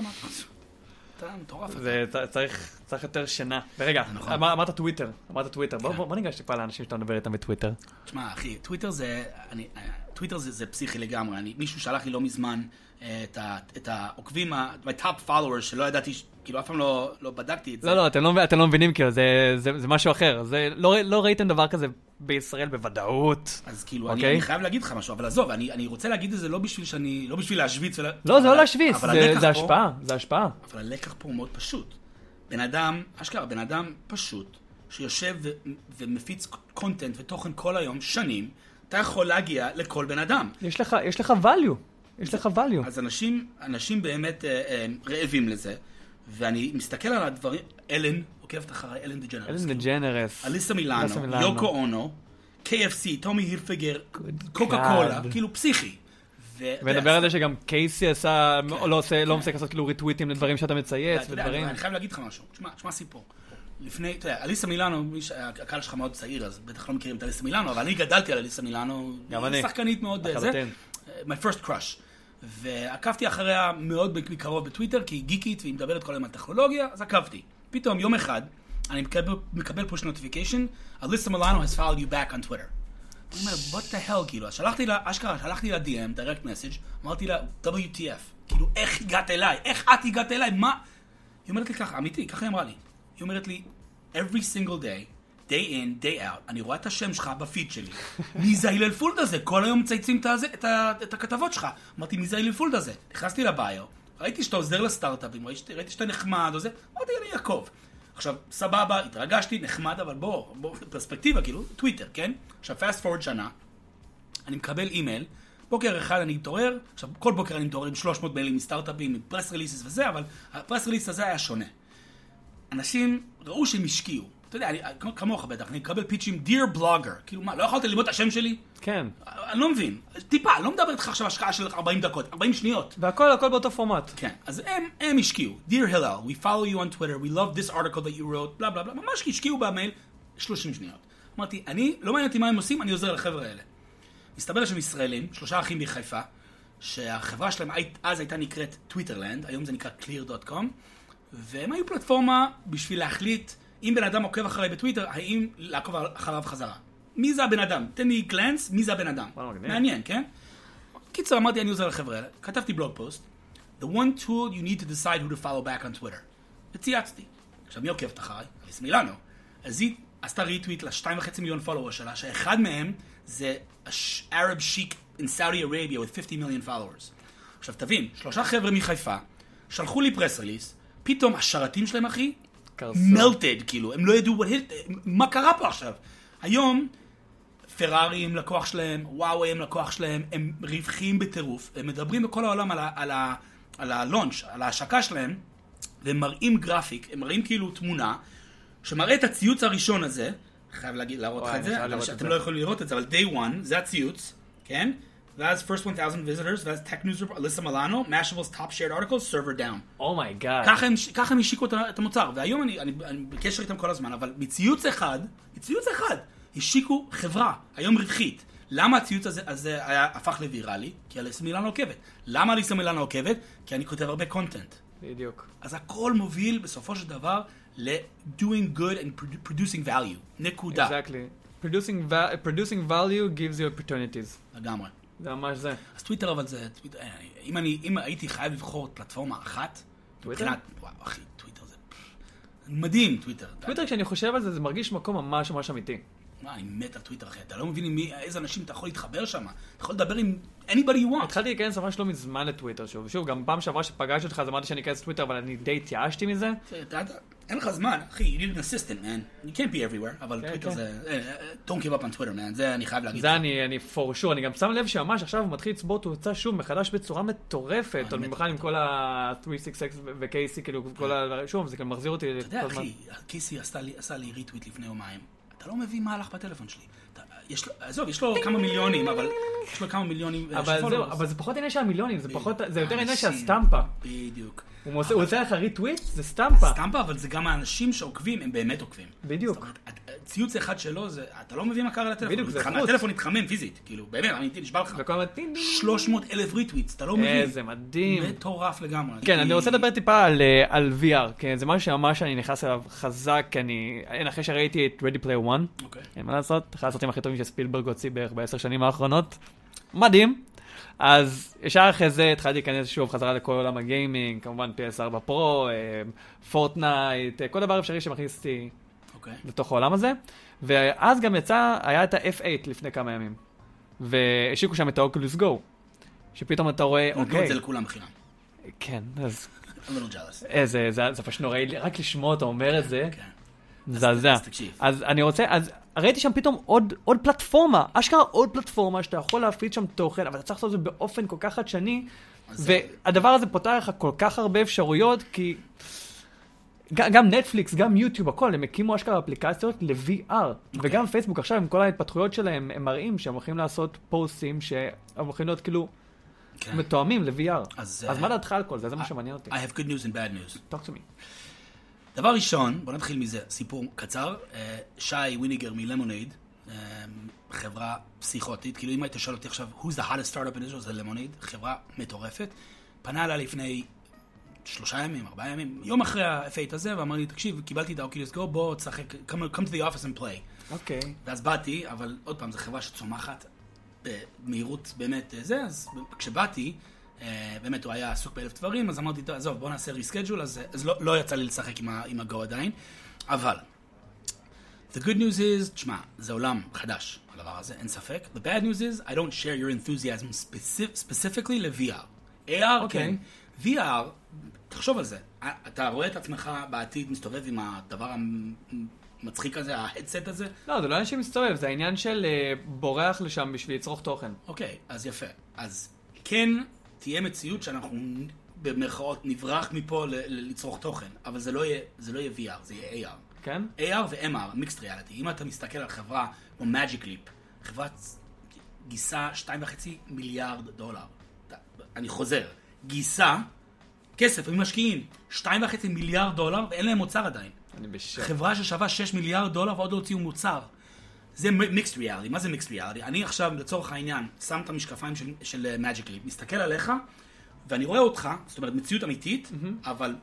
B: אתה מטורף.
A: זה צריך, צריך יותר שינה. ורגע, אמרת טוויטר, אמרת טוויטר. בוא ניגש טיפה לאנשים שאתה מדבר איתם בטוויטר.
B: תשמע, אחי, טוויטר זה, אני, טוויטר זה, זה פסיכי לגמרי. אני, מישהו שלח לי לא מזמן את, ה, את העוקבים, my top followers, שלא ידעתי, כאילו אף פעם לא, לא בדקתי את זה.
A: לא, לא, אתם לא, אתם לא מבינים, כאילו, זה, זה, זה משהו אחר. זה, לא, לא ראיתם דבר כזה בישראל בוודאות.
B: אז כאילו, אני, אני חייב להגיד לך משהו, אבל עזוב, אני, אני רוצה להגיד את זה לא בשביל שאני, לא בשביל להשוויץ. ולה...
A: לא, זה לא להשוויץ, זה, זה השפעה, זה השפעה.
B: אבל הלקח פה הוא מאוד פשוט. בן אדם, אשכרה, בן אדם פשוט, שיושב ו- ומפיץ קונטנט ותוכן כל היום, שנים, אתה יכול להגיע לכל בן אדם.
A: יש לך, יש לך value. יש לך value.
B: אז אנשים, אנשים באמת אה, אה, רעבים לזה, ואני מסתכל על הדברים, אלן, עוקבת אחרי אלן דג'נרס.
A: אלן דג'נרס.
B: אליסה מילאנו, יוקו אונו, קיי אף סי, טומי הירפגר, קוקה קולה, כאילו פסיכי.
A: ונדבר על זה שגם קייסי עשה, לא מפסיק לעשות כאילו ריטוויטים לדברים שאתה מצייץ ודברים.
B: אני חייב להגיד לך משהו, תשמע סיפור. לפני, אתה יודע, אליסה מילאנו, הקהל שלך מאוד צעיר, אז בטח לא מכירים את אליסה מילאנו, אבל אני גדלתי על אליסה מילאנו, היא שחקנית מאוד, זה, my first crush. ועקבתי אחריה מאוד מקרוב בטוויטר, כי היא גיקית והיא מדברת כל היום על טכנולוגיה, אז עקבתי. פתאום יום אחד, אני מקבל, מקבל push notification, אליסה מילאנו has followed you back on Twitter. אני אומר, what the hell, כאילו, אז שלחתי לה, אשכרה, שלחתי לה די אם, direct message, אמרתי לה, דאבליו טי אף, כאילו, איך הגעת אליי? איך את הגעת אליי? מה? היא אומרת לי ככה, אמיתי, ככה היא אמרה לי. היא אומרת לי, every single day, day in, day out, אני רואה את השם שלך בפיד שלי. מי זה הלל פולד הזה? כל היום מצייצים את, הזה, את, ה, את הכתבות שלך. אמרתי, מי זה הלל פולד הזה? נכנסתי לביו, ראיתי שאתה עוזר לסטארט-אפים, ראיתי, ראיתי שאתה נחמד או זה, אמרתי, אני יעקב. עכשיו, סבבה, התרגשתי, נחמד, אבל בוא, בוא, פרספקטיבה, כאילו, טוויטר, כן? עכשיו, fast forward שנה, אני מקבל אימייל, בוקר אחד אני מתעורר, עכשיו, כל בוקר אני מתעורר עם שלוש מאות מיילים מסטארט-אפים, עם פרס רליסס וזה, אבל הפרס רליסס הזה היה שונה. אנשים ראו שהם השקיעו. אתה יודע, אני, כמוך בטח, אני מקבל פיצ'ים, Dear Blogger, כאילו מה, לא יכולת ללמוד את השם שלי?
A: כן.
B: אני לא מבין. טיפה, לא מדבר איתך עכשיו השקעה של ארבעים דקות, ארבעים שניות.
A: והכל, הכל באותו פורמט.
B: כן, אז הם, הם השקיעו. Dear Hillel, we follow you on Twitter, we love this article that you wrote, בלה בלה בלה, ממש השקיעו במייל שלושים שניות. אמרתי, אני, לא מעניין אותי מה הם עושים, אני עוזר לחבר'ה האלה. מסתבר שהם ישראלים, שלושה אחים בחיפה, שהחברה שלהם אז הייתה נקראת טוויטרלנד, היום זה נקרא clear דוט קום, והם היו פלטפורמה בשביל להחליט, אם בן אדם עוקב אחריי בטוויטר, האם לעקוב אחריו חזרה. מי זה הבן אדם? תן לי גלנס, מי זה הבן אדם? מעניין, כן? קיצר, אמרתי, אני עוזר לחבר'ה האלה. כתבתי בלוג פוסט, The one tool you need to decide who to follow back on Twitter. וצייצתי. עכשיו, מי עוקבת אחריי? אליסה מילאנו. אז היא עשתה ריטוויט לשתיים וחצי מיליון פולוור שלה, שאחד מהם זה Arab Sheikh in Saudi Arabia with fifty million followers. עכשיו, תבין, שלושה חבר'ה מחיפה, שלחו לי פרס רליס, פתאום השרתים שלהם, אחי, melted, כאילו, הם לא ידעו what hit, מה קרה פה עכשיו. היום, פרארי הם לקוח שלהם, וואוי הם לקוח שלהם, הם רווחים בטירוף, הם מדברים בכל העולם על, ה, על, ה, על הלונץ', על ההשקה שלהם, והם מראים גרפיק, הם מראים כאילו תמונה, שמראה את הציוץ הראשון הזה, חייב להגיד, להראות לך את זה, אתם לא יכולים לראות את זה, אבל day one, זה הציוץ, כן? ואז first one thousand visitors, ואז tech news report, אליסה מילאנו, Mashable's top shared articles, server down.
A: Oh my god.
B: ככה הם, ככה הם השיקו את המוצר, והיום אני, אני, אני בקשר איתם כל הזמן, אבל מציוץ אחד, מציוץ אחד, השיקו חברה, היום רווחית. למה הציוץ הזה, הזה היה, הפך לוויראלי? כי אליסה מילאנו עוקבת. למה אליסה מילאנו עוקבת? כי אני כותב הרבה קונטנט.
A: בדיוק.
B: אז הכל מוביל בסופו של דבר ל-doing good and producing value. נקודה.
A: Exactly. Producing, va- producing value gives you opportunities.
B: לגמרי.
A: זה ממש זה.
B: אז טוויטר, אבל זה, טוויטר, אם אני, אם הייתי חייב לבחור פלטפורמה אחת,
A: טוויטר?
B: מבחינת, וואו, אחי, טוויטר זה מדהים, טוויטר.
A: טוויטר, כשאני חושב על זה, זה מרגיש מקום ממש ממש אמיתי.
B: מה, אני מת על טוויטר, אחי, אתה לא מבין עם מי, איזה אנשים אתה יכול להתחבר שם, אתה יכול לדבר עם anybody you want.
A: התחלתי להיכנס ממש לא מזמן לטוויטר, שוב, שוב, גם פעם שעברה שפגשתי אותך, אז אמרתי שאני אכנס לטוויטר, אבל אני די התייאשתי מזה.
B: אין לך זמן, אחי, you need an assistant, man. You can't be everywhere, אבל טוויטר זה, don't give up on Twitter, man, זה אני חייב להגיד.
A: זה אני, אני for sure, אני גם שם לב שממש עכשיו הוא מתחיל לצבור תאוצה שוב מחדש בצורה מטורפת, עוד מבחן עם כל ה-שלוש שש שש ו-קייסי, כאילו, כל ה... שוב, זה כאילו מחזיר אותי...
B: אתה יודע, אחי, קייסי עשה לי ריטוויט לפני יומיים, אתה לא מבין מה הלך בטלפון שלי. יש לו, עזוב, יש לו כמה מיליונים, אבל יש לו כמה מיליונים.
A: אבל זהו, אבל זה פחות עניין של המיליונים, זה פחות, זה יותר עניין של הסטמפה.
B: בדיוק.
A: הוא עושה לך ריטוויט, זה סטמפה.
B: סטמפה, אבל זה גם האנשים שעוקבים, הם באמת עוקבים.
A: בדיוק.
B: זאת אומרת, ציוץ אחד שלו, אתה לא מבין מה קרה לטלפון.
A: בדיוק, זה חוץ.
B: הטלפון התחמם פיזית, כאילו, באמת, אני נשבע לך. שלוש מאות אלף ריטוויטס, אתה לא מבין.
A: איזה מדהים.
B: מטורף לגמרי.
A: כן, אני רוצה לדבר טיפה על וי אר, כי זה משהו שממש אני נכנס אליו חזק, כי אני, אחרי שראיתי את Ready Player One, אין מה לעשות, אחד הסרטים הכי טובים שספילברג הוציא בערך בעשר שנים האחרונות. מדהים. אז ישר אחרי זה התחלתי להיכנס שוב חזרה לכל עולם הגיימינג, כמובן פי אס ארבע פרו, פורטנייט, כל דבר אפשרי שמכניסתי לתוך העולם הזה. ואז גם יצא, היה את ה-אף אייט לפני כמה ימים. והשיקו שם את ה-Oculus Go, שפתאום אתה רואה,
B: אוקיי. נתנו את זה לכולם בחינם.
A: כן, אז
B: a little jealous.
A: איזה, זה, זה פשוט נוראי, רק לשמוע אותו אומר את זה.
B: כן.
A: מזעזע.
B: אז תקשיב.
A: אז אני רוצה, אז ראיתי שם פתאום עוד, עוד פלטפורמה, אשכרה עוד פלטפורמה שאתה יכול להפיץ שם תוכן, אבל אתה צריך לעשות את זה באופן כל כך חדשני, והדבר הזה פותח לך כל כך הרבה אפשרויות, כי גם נטפליקס, גם יוטיוב, הכל, הם הקימו אשכרה אפליקציות ל-וי אר, וגם פייסבוק עכשיו, עם כל ההתפתחויות שלהם, הם מראים שהם הולכים לעשות פוסטים שהם הולכים להיות כאילו מתואמים ל-וי אר. אז מה דעתך על כל זה? זה מה שמעניין אותי.
B: I have good news and bad news.
A: Talk to me.
B: דבר ראשון, בוא נתחיל מזה, סיפור קצר. שי וויניגר מלמונייד, חברה פסיכוטית, כאילו אם היית שואל אותי עכשיו, who's the hottest startup in Israel, זה למונייד, חברה מטורפת. פנה לה לפני שלושה ימים, ארבעה ימים, יום אחרי ה-אף אייט הזה, ואמר לי, תקשיב, קיבלתי את ה-Oculus Go, בוא תשחק, come, come to the office and play.
A: אוקיי. Okay.
B: ואז באתי, אבל עוד פעם, זו חברה שצומחת במהירות באמת זה, אז כשבאתי, באמת הוא היה עסוק באלף דברים, אז אמרתי, עזוב, בוא נעשה ריסקייג'ול, אז, אז לא, לא יצא לי לשחק עם, ה, עם הגו עדיין, אבל, the good news is, תשמע, זה עולם חדש, הדבר הזה, אין ספק. The bad news is, I don't share your enthusiasm specific, specifically ל-וי אר. איי אר, okay. כן, וי אר, תחשוב על זה, אתה רואה את עצמך בעתיד מסתובב עם הדבר המצחיק הזה, ההדסט הזה?
A: לא, זה לא אנשים מסתובב, זה העניין של בורח לשם בשביל לצרוך תוכן.
B: אוקיי, okay, אז יפה. אז כן, תהיה מציאות שאנחנו במרכאות נברח מפה לצרוך תוכן, אבל זה לא יהיה, זה לא יהיה וי אר, זה יהיה איי אר.
A: כן?
B: איי אר ו-אם אר, Mixed Reality. אם אתה מסתכל על חברה כמו Magic Leap, חברת גיסה שתיים וחצי מיליארד דולר. אני חוזר, גיסה, כסף, הם משקיעים שתיים וחצי מיליארד דולר ואין להם מוצר עדיין.
A: אני בשק.
B: חברה ששווה שש מיליארד דולר ועוד לא הוציאו מוצר. זה Mixed Reality. מה זה Mixed Reality? אני עכשיו, לצורך העניין, שם את המשקפיים של, של Magic Leap, מסתכל עליך, ואני רואה אותך, זאת אומרת, מציאות אמיתית, mm-hmm. אבל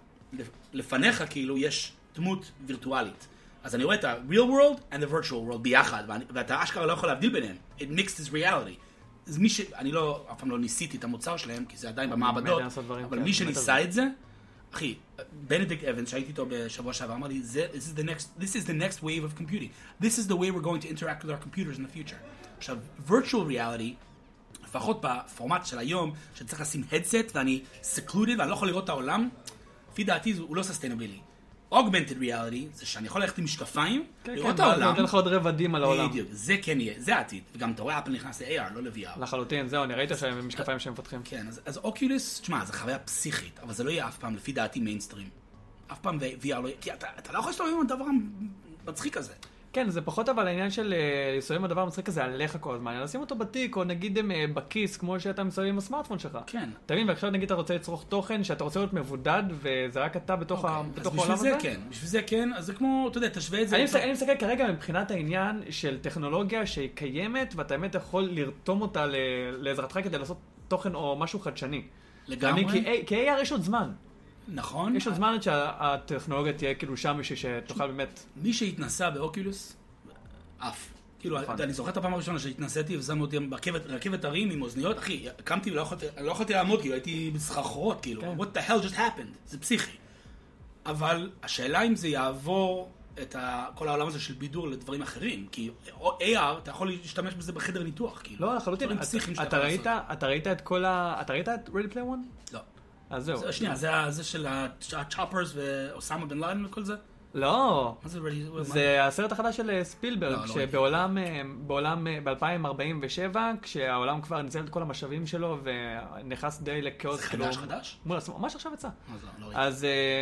B: לפניך כאילו יש דמות וירטואלית. אז אני רואה את ה-real world and the virtual world ביחד, ואתה אשכרה לא יכול להבדיל ביניהם. It mixed is reality. אז מי ש... אני לא, אף פעם לא ניסיתי את המוצר שלהם, כי זה עדיין במעבדות, אבל מי שניסה את זה, אחי, בנדיקט אבנס, שהייתי איתו בשבוע שעבר, אמר לי, this is the next, this is the next wave of computing. This is the way we're going to interact with our computers in the future. עכשיו, virtual reality, לפחות בפורמט של היום, שצריך לשים headset, ואני secluded, ואני לא יכול לראות את העולם, לפי דעתי, הוא לא sustainability. Augmented reality, זה שאני יכול ללכת עם משקפיים, לראות את העולם.
A: נותן לך עוד רבדים על העולם.
B: בדיוק, זה כן יהיה, זה העתיד. וגם אתה רואה, אפל נכנס ל-איי אר, לא ל-וי אר.
A: לחלוטין, זהו, אני ראיתי עכשיו עם משקפיים שהם מפתחים.
B: כן, אז אוקולוס, תשמע, זו חוויה פסיכית, אבל זה לא יהיה אף פעם, לפי דעתי, מיינסטרים. אף פעם וי אר לא יהיה, כי אתה לא יכול להסתובב עם הדבר המצחיק הזה.
A: כן, זה פחות אבל העניין של להסתובב עם הדבר המצחיק הזה עליך כל הזמן, לשים אותו בתיק, או נגיד בכיס, כמו שאתה מסתובב עם הסמארטפון שלך.
B: כן.
A: אתה מבין, ועכשיו נגיד אתה רוצה לצרוך תוכן, שאתה רוצה להיות מבודד, וזה רק אתה בתוך העולם הזה?
B: בשביל זה כן, בשביל זה כן, אז זה כמו, אתה יודע, תשווה את זה.
A: אני מסתכל כרגע מבחינת העניין של טכנולוגיה שהיא קיימת, ואתה באמת יכול לרתום אותה לעזרתך כדי לעשות תוכן או משהו חדשני.
B: לגמרי.
A: כי איי אר יש עוד זמן.
B: נכון.
A: יש עוד זמן עד שהטכנולוגיה תהיה כאילו שם בשביל שתוכל באמת...
B: מי שהתנסה באוקולוס, אף. כאילו, אני זוכר את הפעם הראשונה שהתנסיתי ושמו אותי ברכבת הרים עם אוזניות, אחי, קמתי ולא יכולתי לעמוד, כאילו, הייתי בסחרחורות, כאילו, what the hell just happened? זה פסיכי. אבל השאלה אם זה יעבור את כל העולם הזה של בידור לדברים אחרים, כי איי אר, אתה יכול להשתמש בזה בחדר ניתוח, כאילו.
A: לא, לחלוטין. אתה ראית את כל ה... אתה ראית את Ready Player One?
B: לא.
A: אז זהו.
B: שנייה, זה של הצ'ופרס ואוסמה בן לאדן וכל זה?
A: לא.
B: מה זה Ready?
A: זה הסרט החדש של ספילברג, שבעולם, בעולם, ב-אלפיים ארבעים ושבע, כשהעולם כבר ניצל את כל המשאבים שלו ונכנס די לכאוס.
B: זה חדש חדש?
A: ממש עכשיו יצא. אז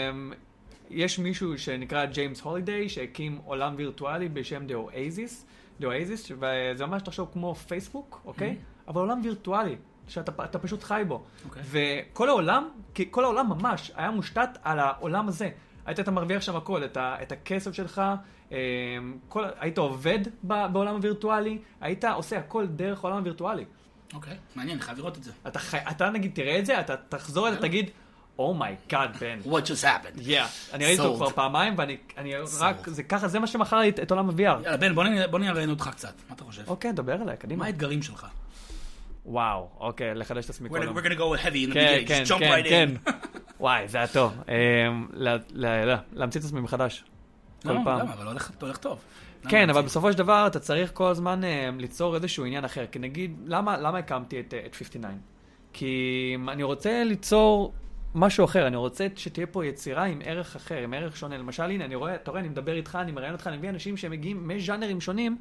A: יש מישהו שנקרא ג'יימס הולידיי, שהקים עולם וירטואלי בשם The Oasis, The Oasis, וזה ממש תחשוב כמו פייסבוק, אוקיי? אבל עולם וירטואלי, שאתה פשוט חי בו. וכל העולם, כל העולם ממש היה מושתת על העולם הזה. היית אתה מרוויח שם הכל, את, ה, את הכסף שלך, כל, היית עובד ב, בעולם הווירטואלי, היית עושה הכל דרך העולם הווירטואלי.
B: אוקיי, מעניין, חייב לראות את זה.
A: אתה, אתה נגיד תראה את זה, אתה תחזור את זה, תגיד, Oh my God, Ben.
B: What just happened?
A: Yeah, אני ראיתי אותו כבר פעמיים, ואני אני רק, זה ככה, זה מה שמחר את, את עולם ה-וי אר.
B: יאללה, בן, בוא, בוא נראיין אותך קצת, מה אתה חושב?
A: אוקיי, דבר אליי, קדימה.
B: מה האתגרים שלך?
A: וואו, אוקיי, לחדש את עצמי כל יום.
B: We're gonna go heavy in the
A: כן,
B: beginning,
A: כן,
B: just jump
A: כן,
B: right
A: כן.
B: in.
A: וואי, זה היה טוב. להמציא את עצמי מחדש. כל פעם.
B: למה? אבל הולך טוב.
A: כן, אבל בסופו של דבר אתה צריך כל הזמן ליצור איזשהו עניין אחר. כי נגיד, למה הקמתי את חמישים ותשע? כי אני רוצה ליצור משהו אחר, אני רוצה שתהיה פה יצירה עם ערך אחר, עם ערך שונה. למשל, הנה, אני רואה, אתה רואה, אני מדבר איתך, אני מראיין אותך, אני מביא אנשים שמגיעים מז'אנרים שונים,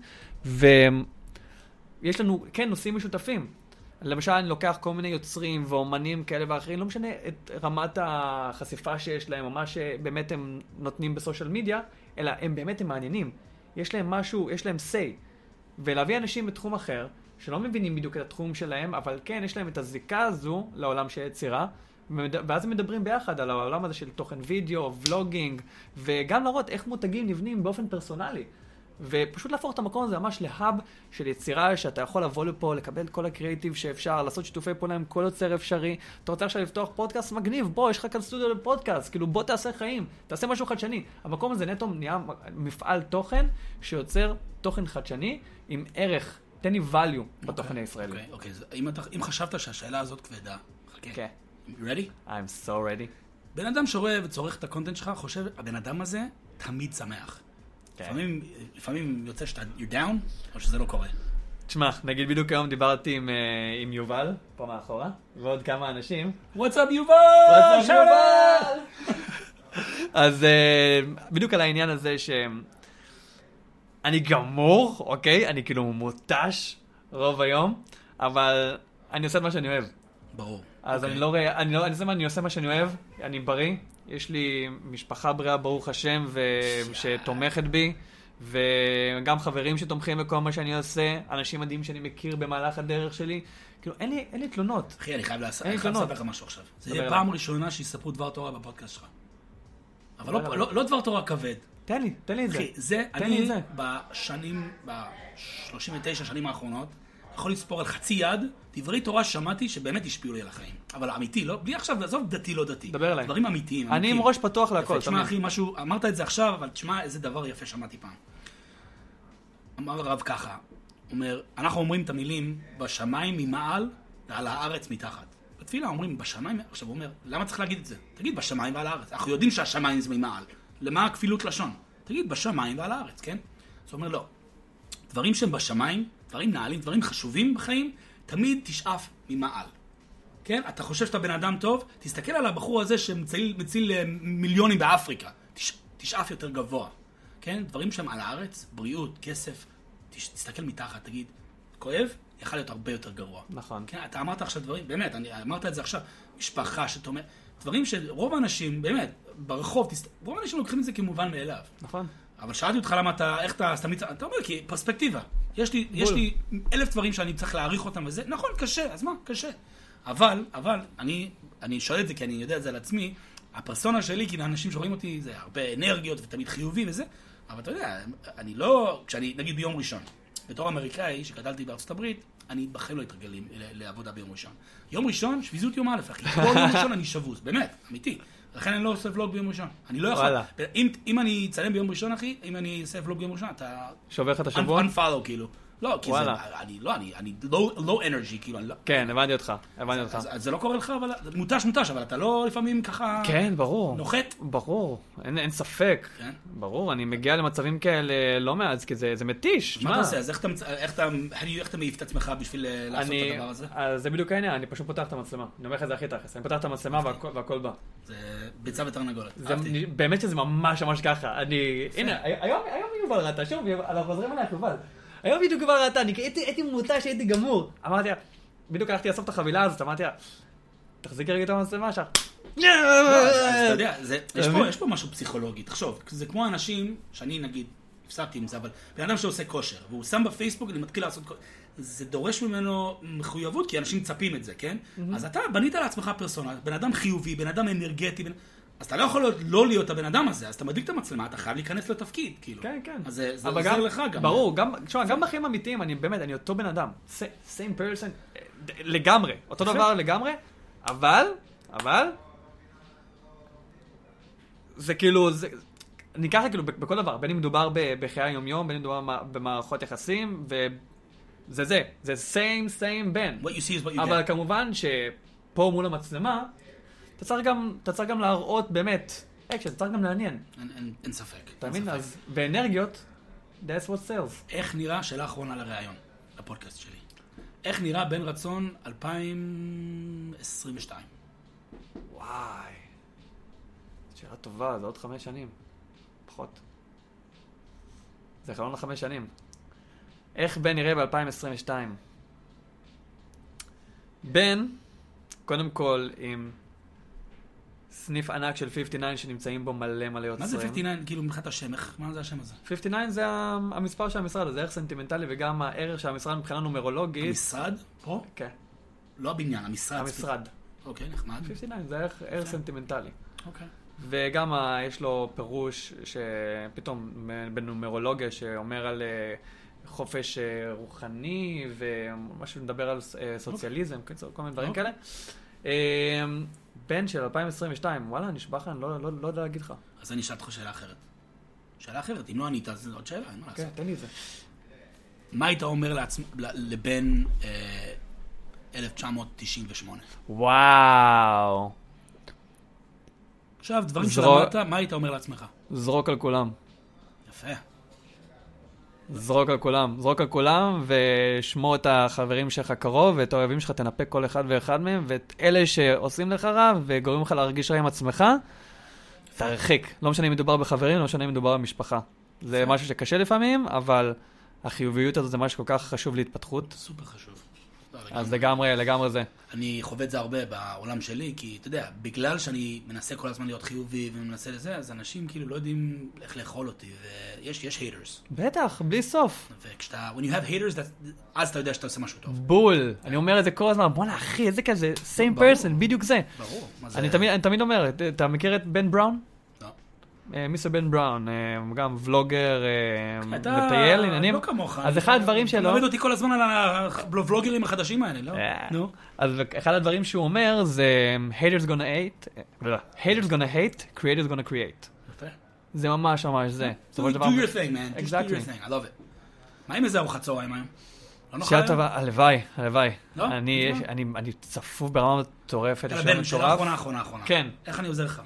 A: ויש לנו, כן, נושאים משותפים. למשל, אני לוקח כל מיני יוצרים ואומנים כאלה ואחרים, לא משנה את רמת החשיפה שיש להם, או מה שבאמת הם נותנים בסושיאל מדיה, אלא הם באמת הם מעניינים. יש להם משהו, יש להם say. ולהביא אנשים בתחום אחר, שלא מבינים בדיוק את התחום שלהם, אבל כן, יש להם את הזיקה הזו לעולם של יצירה, ואז הם מדברים ביחד על העולם הזה של תוכן וידאו, ולוגינג, וגם להראות איך מותגים נבנים באופן פרסונלי. ופשוט להפוך את המקום הזה ממש להאב של יצירה, שאתה יכול לבוא לפה, לקבל את כל הקריאיטיב שאפשר, לעשות שיתופי פעולה עם כל יוצר אפשרי. אתה רוצה עכשיו לפתוח פודקאסט מגניב, בוא, יש לך כאן סטודיו לפודקאסט, כאילו בוא תעשה חיים, תעשה משהו חדשני. המקום הזה נטו נהיה מפעל תוכן שיוצר תוכן חדשני עם ערך, תן לי value בתוכן הישראלי.
B: אוקיי, אוקיי. אם חשבת שהשאלה הזאת כבדה, חכה.
A: כן.
B: You ready?
A: I'm so ready.
B: בן אדם שרואה וצורך את הקונטנט שלך, חושב, הבן אדם הזה תמיד שמח. לפעמים, לפעמים יוצא שאתה you're down, או שזה לא קורה.
A: תשמע, נגיד בדיוק היום דיברתי עם, עם יובל, פה מאחורה, ועוד כמה אנשים.
B: What's up יובל?
A: What's up יובל? אז בדיוק על העניין הזה שאני גמור, אוקיי? אני כאילו מותש רוב היום, אבל אני עושה את מה שאני אוהב.
B: ברור.
A: אז אני לא רואה, אני לא, אני עושה מה שאני אוהב, אני בריא. יש לי משפחה בריאה, ברוך השם, שתומכת בי, וגם חברים שתומכים בכל מה שאני עושה, אנשים מדהים שאני מכיר במהלך הדרך שלי. כאילו, אין לי, אין לי תלונות.
B: אחי, אני חייב לספר לך משהו עכשיו. זה יהיה פעם ראשונה שיספרו דבר תורה בפודקאסט שלך. אבל לא, לא, לא דבר תורה כבד.
A: תן לי, תן לי את זה.
B: אחי, זה, אני בשנים, ב-שלושים ותשע שנים האחרונות, יכול לספור על חצי יד, דברי תורה שמעתי שבאמת השפיעו לי על החיים. אבל אמיתי, לא, בלי עכשיו, לעזוב דתי לא דתי.
A: דבר אליי.
B: דברים אמיתיים.
A: אני עם ראש פתוח להכל.
B: תשמע אחי, משהו, אמרת את זה עכשיו, אבל תשמע איזה דבר יפה שמעתי פעם. אמר הרב ככה, אומר, אנחנו אומרים את המילים בשמיים ממעל ועל הארץ מתחת. בתפילה אומרים בשמיים, עכשיו הוא אומר, למה צריך להגיד את זה? תגיד בשמיים ועל הארץ. אנחנו יודעים שהשמיים זה ממעל. למה הכפילות לשון? תגיד בשמיים ועל הארץ, כן? זאת אומרת, לא. דברים שהם בשמיים, דברים נעלים, דברים חשובים בחיים, תמיד תשאף ממעל. כן? אתה חושב שאתה בן אדם טוב, תסתכל על הבחור הזה שמציל מציל מיליונים באפריקה. תש, תשאף יותר גבוה. כן? דברים שהם על הארץ, בריאות, כסף, תש, תסתכל מתחת, תגיד, כואב, יכול להיות הרבה יותר גרוע.
A: נכון.
B: כן? אתה אמרת עכשיו דברים, באמת, אני אמרת את זה עכשיו, משפחה שתומך, דברים שרוב האנשים, באמת, ברחוב, תסת... רוב האנשים לוקחים את זה כמובן מאליו.
A: נכון.
B: אבל שאלתי אותך למה אתה, איך אתה, אתה, אתה אומר, כי פרספקטיבה. יש לי, יש לי אלף דברים שאני צריך להעריך אותם וזה, נכון, קשה, אז מה, קשה. אבל, אבל, אני, אני שואל את זה כי אני יודע את זה על עצמי, הפרסונה שלי, כי האנשים שרואים אותי, זה הרבה אנרגיות ותמיד חיובי וזה, אבל אתה יודע, אני לא, כשאני, נגיד ביום ראשון, בתור אמריקאי שגדלתי בארצות הברית, אני בחיים לא אתרגל לעבודה ביום ראשון. יום ראשון, שביזות יום א', אחי. כל יום ראשון אני שבוז, באמת, אמיתי. לכן אני לא עושה ולוג ביום ראשון. אני לא יכול. אם, אם אני אצלם ביום ראשון, אחי, אם אני אעשה ולוג ביום ראשון, אתה...
A: שובר לך את השבוע?
B: unfollow, כאילו. לא, כי זה, אני לא, אני, אני low, low energy, כאילו, אני לא...
A: כן, הבנתי אותך, הבנתי אותך.
B: אז זה לא קורה לך, אבל מוטש מוטש, אבל אתה לא לפעמים ככה...
A: כן, ברור.
B: נוחת?
A: ברור, אין, אין ספק. כן? ברור, אני מגיע למצבים כאלה לא מעט, כי זה, זה מתיש.
B: מה אתה עושה? אז איך אתה, איך אתה, איך אתה מעיף את עצמך בשביל לעשות את הדבר הזה?
A: אז זה בדיוק העניין, אני פשוט פותח את המצלמה. אני אומר לך את זה הכי תכלס, אני פותח את המצלמה והכל בא.
B: זה ביצה ותרנגולת.
A: באמת שזה ממש ממש ככה. אני, הנה, היום יובל ראתה, שוב, אנחנו חוזרים עליך, יובל. היום בדיוק כבר ראתה, אני הייתי מוטה שהייתי גמור. אמרתי לה, בדיוק הלכתי לאסוף את החבילה הזאת, אמרתי לה, תחזיקי רגע את המצלמה שלך.
B: אז אתה יודע, יש פה משהו פסיכולוגי, תחשוב, זה כמו אנשים, שאני נגיד, הפסקתי עם זה, אבל בן אדם שעושה כושר, והוא שם בפייסבוק, אני מתחיל לעשות כושר, זה דורש ממנו מחויבות, כי אנשים מצפים את זה, כן? אז אתה בנית לעצמך פרסונה, בן אדם חיובי, בן אדם אנרגטי, אז אתה לא יכול לא להיות הבן אדם הזה, אז אתה מדליק את המצלמה, אתה חייב להיכנס לתפקיד, כאילו.
A: כן, כן.
B: אז זה עוזר לך גם.
A: ברור, גם בחיים אמיתיים, אני באמת, אני אותו בן אדם. same person, לגמרי, אותו דבר לגמרי, אבל, אבל, זה כאילו, אני ככה כאילו בכל דבר, בין אם מדובר בחיי היום-יום, בין אם מדובר במערכות יחסים, וזה זה, זה same, same בין.
B: What you see is what you get.
A: אבל כמובן שפה מול המצלמה, אתה צריך גם, אתה צריך גם להראות באמת, אקשן, אתה צריך גם לעניין.
B: אין, אין, אין ספק.
A: אתה מבין? אז באנרגיות, that's what sells.
B: איך נראה, שאלה אחרונה לראיון, לפודקאסט שלי. איך נראה בן רצון אלפיים עשרים ושתיים?
A: וואי. שאלה טובה, זה עוד חמש שנים. פחות. זה חלון לחמש שנים. איך בן נראה ב-אלפיים עשרים ושתיים? בן, קודם כל, עם סניף ענק של חמישים ותשע שנמצאים בו מלא מלא יוצרים.
B: מה זה חמישים ותשע? כאילו, מבחינת השם, מה זה השם הזה?
A: חמישים ותשע זה המספר של המשרד, זה ערך סנטימנטלי, וגם הערך של המשרד מבחינה נומרולוגית.
B: המשרד? פה?
A: כן.
B: לא הבניין, המשרד.
A: המשרד.
B: אוקיי, נחמד.
A: חמישים ותשע זה ערך, ערך סנטימנטלי.
B: אוקיי.
A: וגם יש לו פירוש שפתאום בנומרולוגיה שאומר על חופש רוחני ומשהו מדבר על סוציאליזם, כל מיני דברים כאלה. בן של אלפיים עשרים ושתיים, וואלה, נשבע לך, אני לא יודע להגיד לך.
B: אז אני אשאל אותך שאלה אחרת. שאלה אחרת, אם לא ענית, אז עוד שאלה, אין מה לעשות.
A: כן, תן לי את זה.
B: מה היית אומר לבן אלף תשע מאות תשעים ושמונה?
A: וואו.
B: עכשיו, דברים שלמדת, מה היית אומר לעצמך?
A: זרוק על כולם.
B: יפה.
A: זרוק על כולם. זרוק על כולם, ושמור את החברים שלך קרוב, ואת האוהבים שלך תנפק כל אחד ואחד מהם, ואת אלה שעושים לך רע, וגורמים לך להרגיש רע עם עצמך, תרחיק. לא משנה אם מדובר בחברים, לא משנה אם מדובר במשפחה. זה משהו שקשה לפעמים, אבל החיוביות הזאת זה משהו כל כך חשוב להתפתחות.
B: סופר חשוב.
A: אז לגמרי, לגמרי זה.
B: אני חווה את זה הרבה בעולם שלי, כי אתה יודע, בגלל שאני מנסה כל הזמן להיות חיובי ומנסה לזה, אז אנשים כאילו לא יודעים איך לאכול אותי, ויש, יש haters.
A: בטח, בלי סוף.
B: וכשאתה, when you have haters, אז אתה יודע שאתה עושה משהו טוב.
A: בול. אני אומר את זה כל הזמן, בוא'נה אחי, איזה כזה, same person, בדיוק זה.
B: ברור.
A: אני תמיד אומר, אתה מכיר את בן בראון?
B: לא.
A: מיסטר בן בראון, גם ולוגר, מטייל עניינים.
B: לא כמוך.
A: אז אחד הדברים שלו...
B: מלמד אותי כל הזמן על הוולוגרים החדשים האלה, לא? נו.
A: אז אחד הדברים שהוא אומר זה haters gonna hate, haters gonna hate, creators gonna create. זה ממש ממש זה.
B: Do your thing, man. Just do your thing. I love it. מה עם איזה ארוחת צהריים היום? לא נוכל היום?
A: הלוואי, הלוואי.
B: לא?
A: אני צפוף ברמה מטורפת.
B: בן, שאלה אחרונה, אחרונה, אחרונה.
A: כן.
B: איך אני עוזר לך?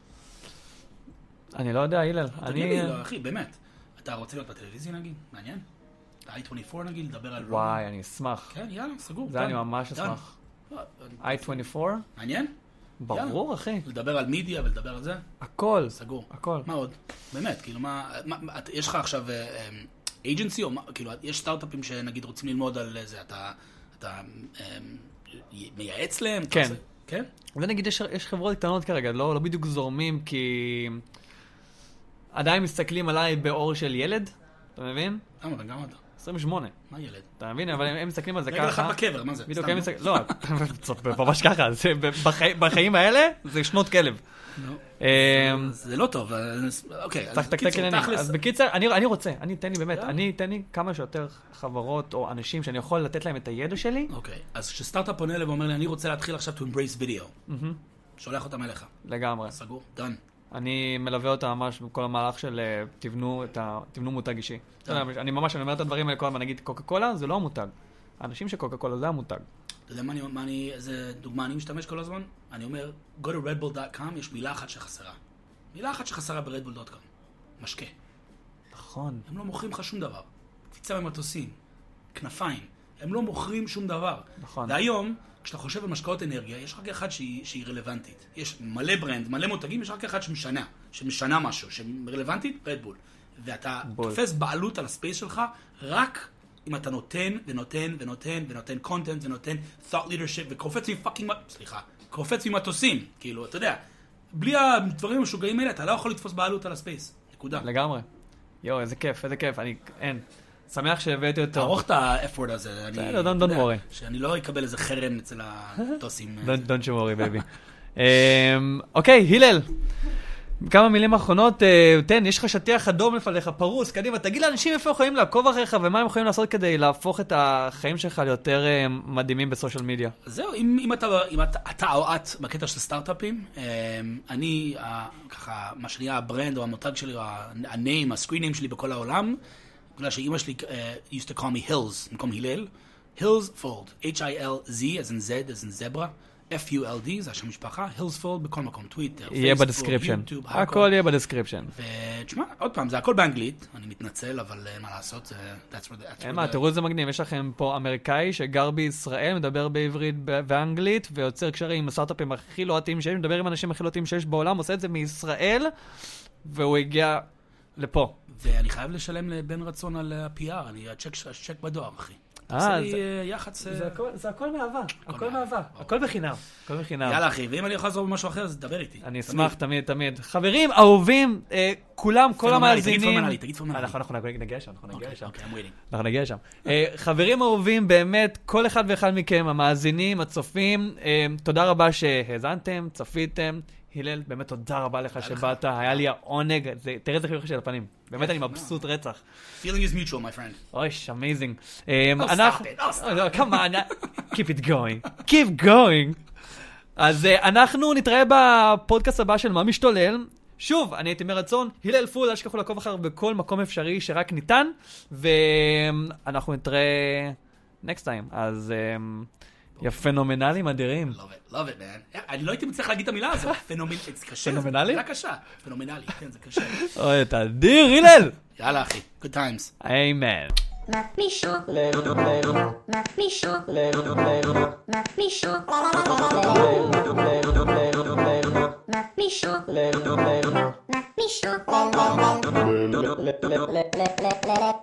A: אני לא יודע, הלל.
B: אני... לא, אחי, באמת. אתה רוצה להיות בטלוויזיה נגיד? מעניין? ב-איי עשרים וארבע נגיד, לדבר על...
A: וואי, אני אשמח.
B: כן, יאללה, סגור.
A: זה אני ממש אשמח. איי עשרים וארבע?
B: מעניין?
A: ברור, אחי.
B: לדבר על מידיה ולדבר על זה?
A: הכל.
B: סגור.
A: הכל.
B: מה עוד? באמת, כאילו מה... יש לך עכשיו אייג'נסי או מה? כאילו, יש סטארט-אפים שנגיד רוצים ללמוד על זה, אתה מייעץ להם?
A: כן.
B: כן?
A: ונגיד, יש חברות קטנות כרגע, לא בדיוק זורמים, כי עדיין מסתכלים עליי באור של ילד, אתה מבין?
B: למה, בן גם אתה?
A: עשרים ושמונה.
B: מה ילד?
A: אתה מבין? אבל הם מסתכלים על זה ככה.
B: רגל אחד בקבר, מה זה?
A: בדיוק, הם מסתכלים... לא, ממש ככה, בחיים האלה זה שנות כלב.
B: זה לא טוב, אוקיי,
A: אז קיצור, תכלס. אז בקיצר, אני רוצה, אני תן לי באמת, אני תן לי כמה שיותר חברות או אנשים שאני יכול לתת להם את הידע שלי.
B: אוקיי, אז כשסטארט-אפ פונה אליי ואומר לי, אני רוצה להתחיל עכשיו to embrace video, שולח אותם אליך.
A: לגמרי.
B: סגור, done.
A: אני מלווה אותה ממש בכל המהלך של תבנו מותג אישי. אני ממש, אני אומר את הדברים האלה כל הזמן, נגיד קוקה קולה זה לא המותג. האנשים של קוקה קולה זה המותג.
B: אתה יודע מה אני, איזה דוגמה אני משתמש כל הזמן? אני אומר, go to redbull dot com, יש מילה אחת שחסרה. מילה אחת שחסרה ב-redbull dot com. משקה.
A: נכון.
B: הם לא מוכרים לך שום דבר. קפיצה במטוסים, כנפיים. הם לא מוכרים שום דבר.
A: נכון.
B: והיום, כשאתה חושב על משקאות אנרגיה, יש רק אחד שהיא, שהיא רלוונטית. יש מלא ברנד, מלא מותגים, יש רק אחד שמשנה, שמשנה משהו, שרלוונטית, רדבול. ואתה תופס בעלות על הספייס שלך, רק אם אתה נותן ונותן ונותן ונותן קונטנט ונותן thought leadership וקופץ מפאקינג, סליחה, קופץ ממטוסים, כאילו, אתה יודע, בלי הדברים המשוגעים האלה, אתה לא יכול לתפוס בעלות על הספייס, נקודה.
A: לגמרי. יו, איזה כיף, איזה כיף, אני, אין. שמח שהבאתי אותו.
B: תערוך את ה-F-word הזה.
A: בסדר, don't worry.
B: שאני לא אקבל איזה חרם אצל הטוסים.
A: Don't you worry, baby. אוקיי, הלל. כמה מילים האחרונות, תן, יש לך שטיח אדום לפניך, פרוס, קדימה, תגיד לאנשים איפה יכולים לעקוב אחריך ומה הם יכולים לעשות כדי להפוך את החיים שלך ליותר מדהימים בסושיאל מדיה.
B: זהו, אם אתה או את בקטע של סטארט-אפים, אני, ככה, מה שנהיה הברנד או המותג שלי, או הניים, הסקרין ניים שלי בכל העולם, בגלל שאמא שלי used to call me Hills, במקום הלל, Hills Fold, H I L Z, as in Z, as in zebra, F U L D, זה השם משפחה, הילספולד, בכל מקום, טוויטר,
A: יהיה
B: פייסבוק,
A: בדסקריפשן.
B: יוטיוב,
A: הכל יהיה בדסקריפשן.
B: ותשמע, עוד פעם, זה הכל באנגלית, אני מתנצל, אבל מה לעשות, זה...
A: אין מה, תראו את זה מגניב, יש לכם פה אמריקאי שגר בישראל, מדבר בעברית ואנגלית, ויוצר קשרים עם הסטארט-אפים הכי לוהטים שיש, מדבר עם אנשים הכי לוהטים שיש בעולם, עושה את זה מישראל, והוא הגיע לפה.
B: ואני חייב לשלם לבן רצון על ה-P R, אני הצ'ק בדואר, אחי.
A: אה,
B: יחץ...
A: זה הכל מאהבה, הכל מאהבה, הכל בחינם, הכל בחינם.
B: יאללה אחי, ואם אני יכול לעזור במשהו אחר, אז דבר איתי.
A: אני אשמח תמיד, תמיד. חברים, אהובים, כולם, כל המאזינים...
B: תגיד פורמנלי, תגיד פורמנלי.
A: אנחנו נגיע שם, אנחנו נגיע שם.
B: אוקיי, I'm waiting.
A: אנחנו נגיע שם. חברים אהובים, באמת, כל אחד ואחד מכם, המאזינים, הצופים, תודה רבה שהאזנתם, צפיתם. הלל, באמת תודה רבה לך שבאת, היה לי העונג, תראה את זה חיוך של הפנים, באמת אני מבסוט רצח.
B: Feeling is mutual, my friend.
A: אויש, amazing.
B: Oh, stop it, oh, stop it.
A: Come on, keep it going, keep going. אז אנחנו נתראה בפודקאסט הבא של מה משתולל. שוב, אני הייתי מרצון, הלל פול, אל תשכחו לעקוב אחר בכל מקום אפשרי שרק ניתן, ואנחנו נתראה next time, אז... יא פנומנלים אדירים.
B: love it, love it, man. אני לא הייתי מצליח להגיד את המילה הזו. פנומנלי, זה קשה.
A: פנומנלי?
B: מילה קשה. פנומנלי, כן, זה קשה.
A: אוי, אתה אדיר, הלל!
B: יאללה, אחי. Good times.
A: אמן.
C: Micho, Micho, Micho, Micho, Micho,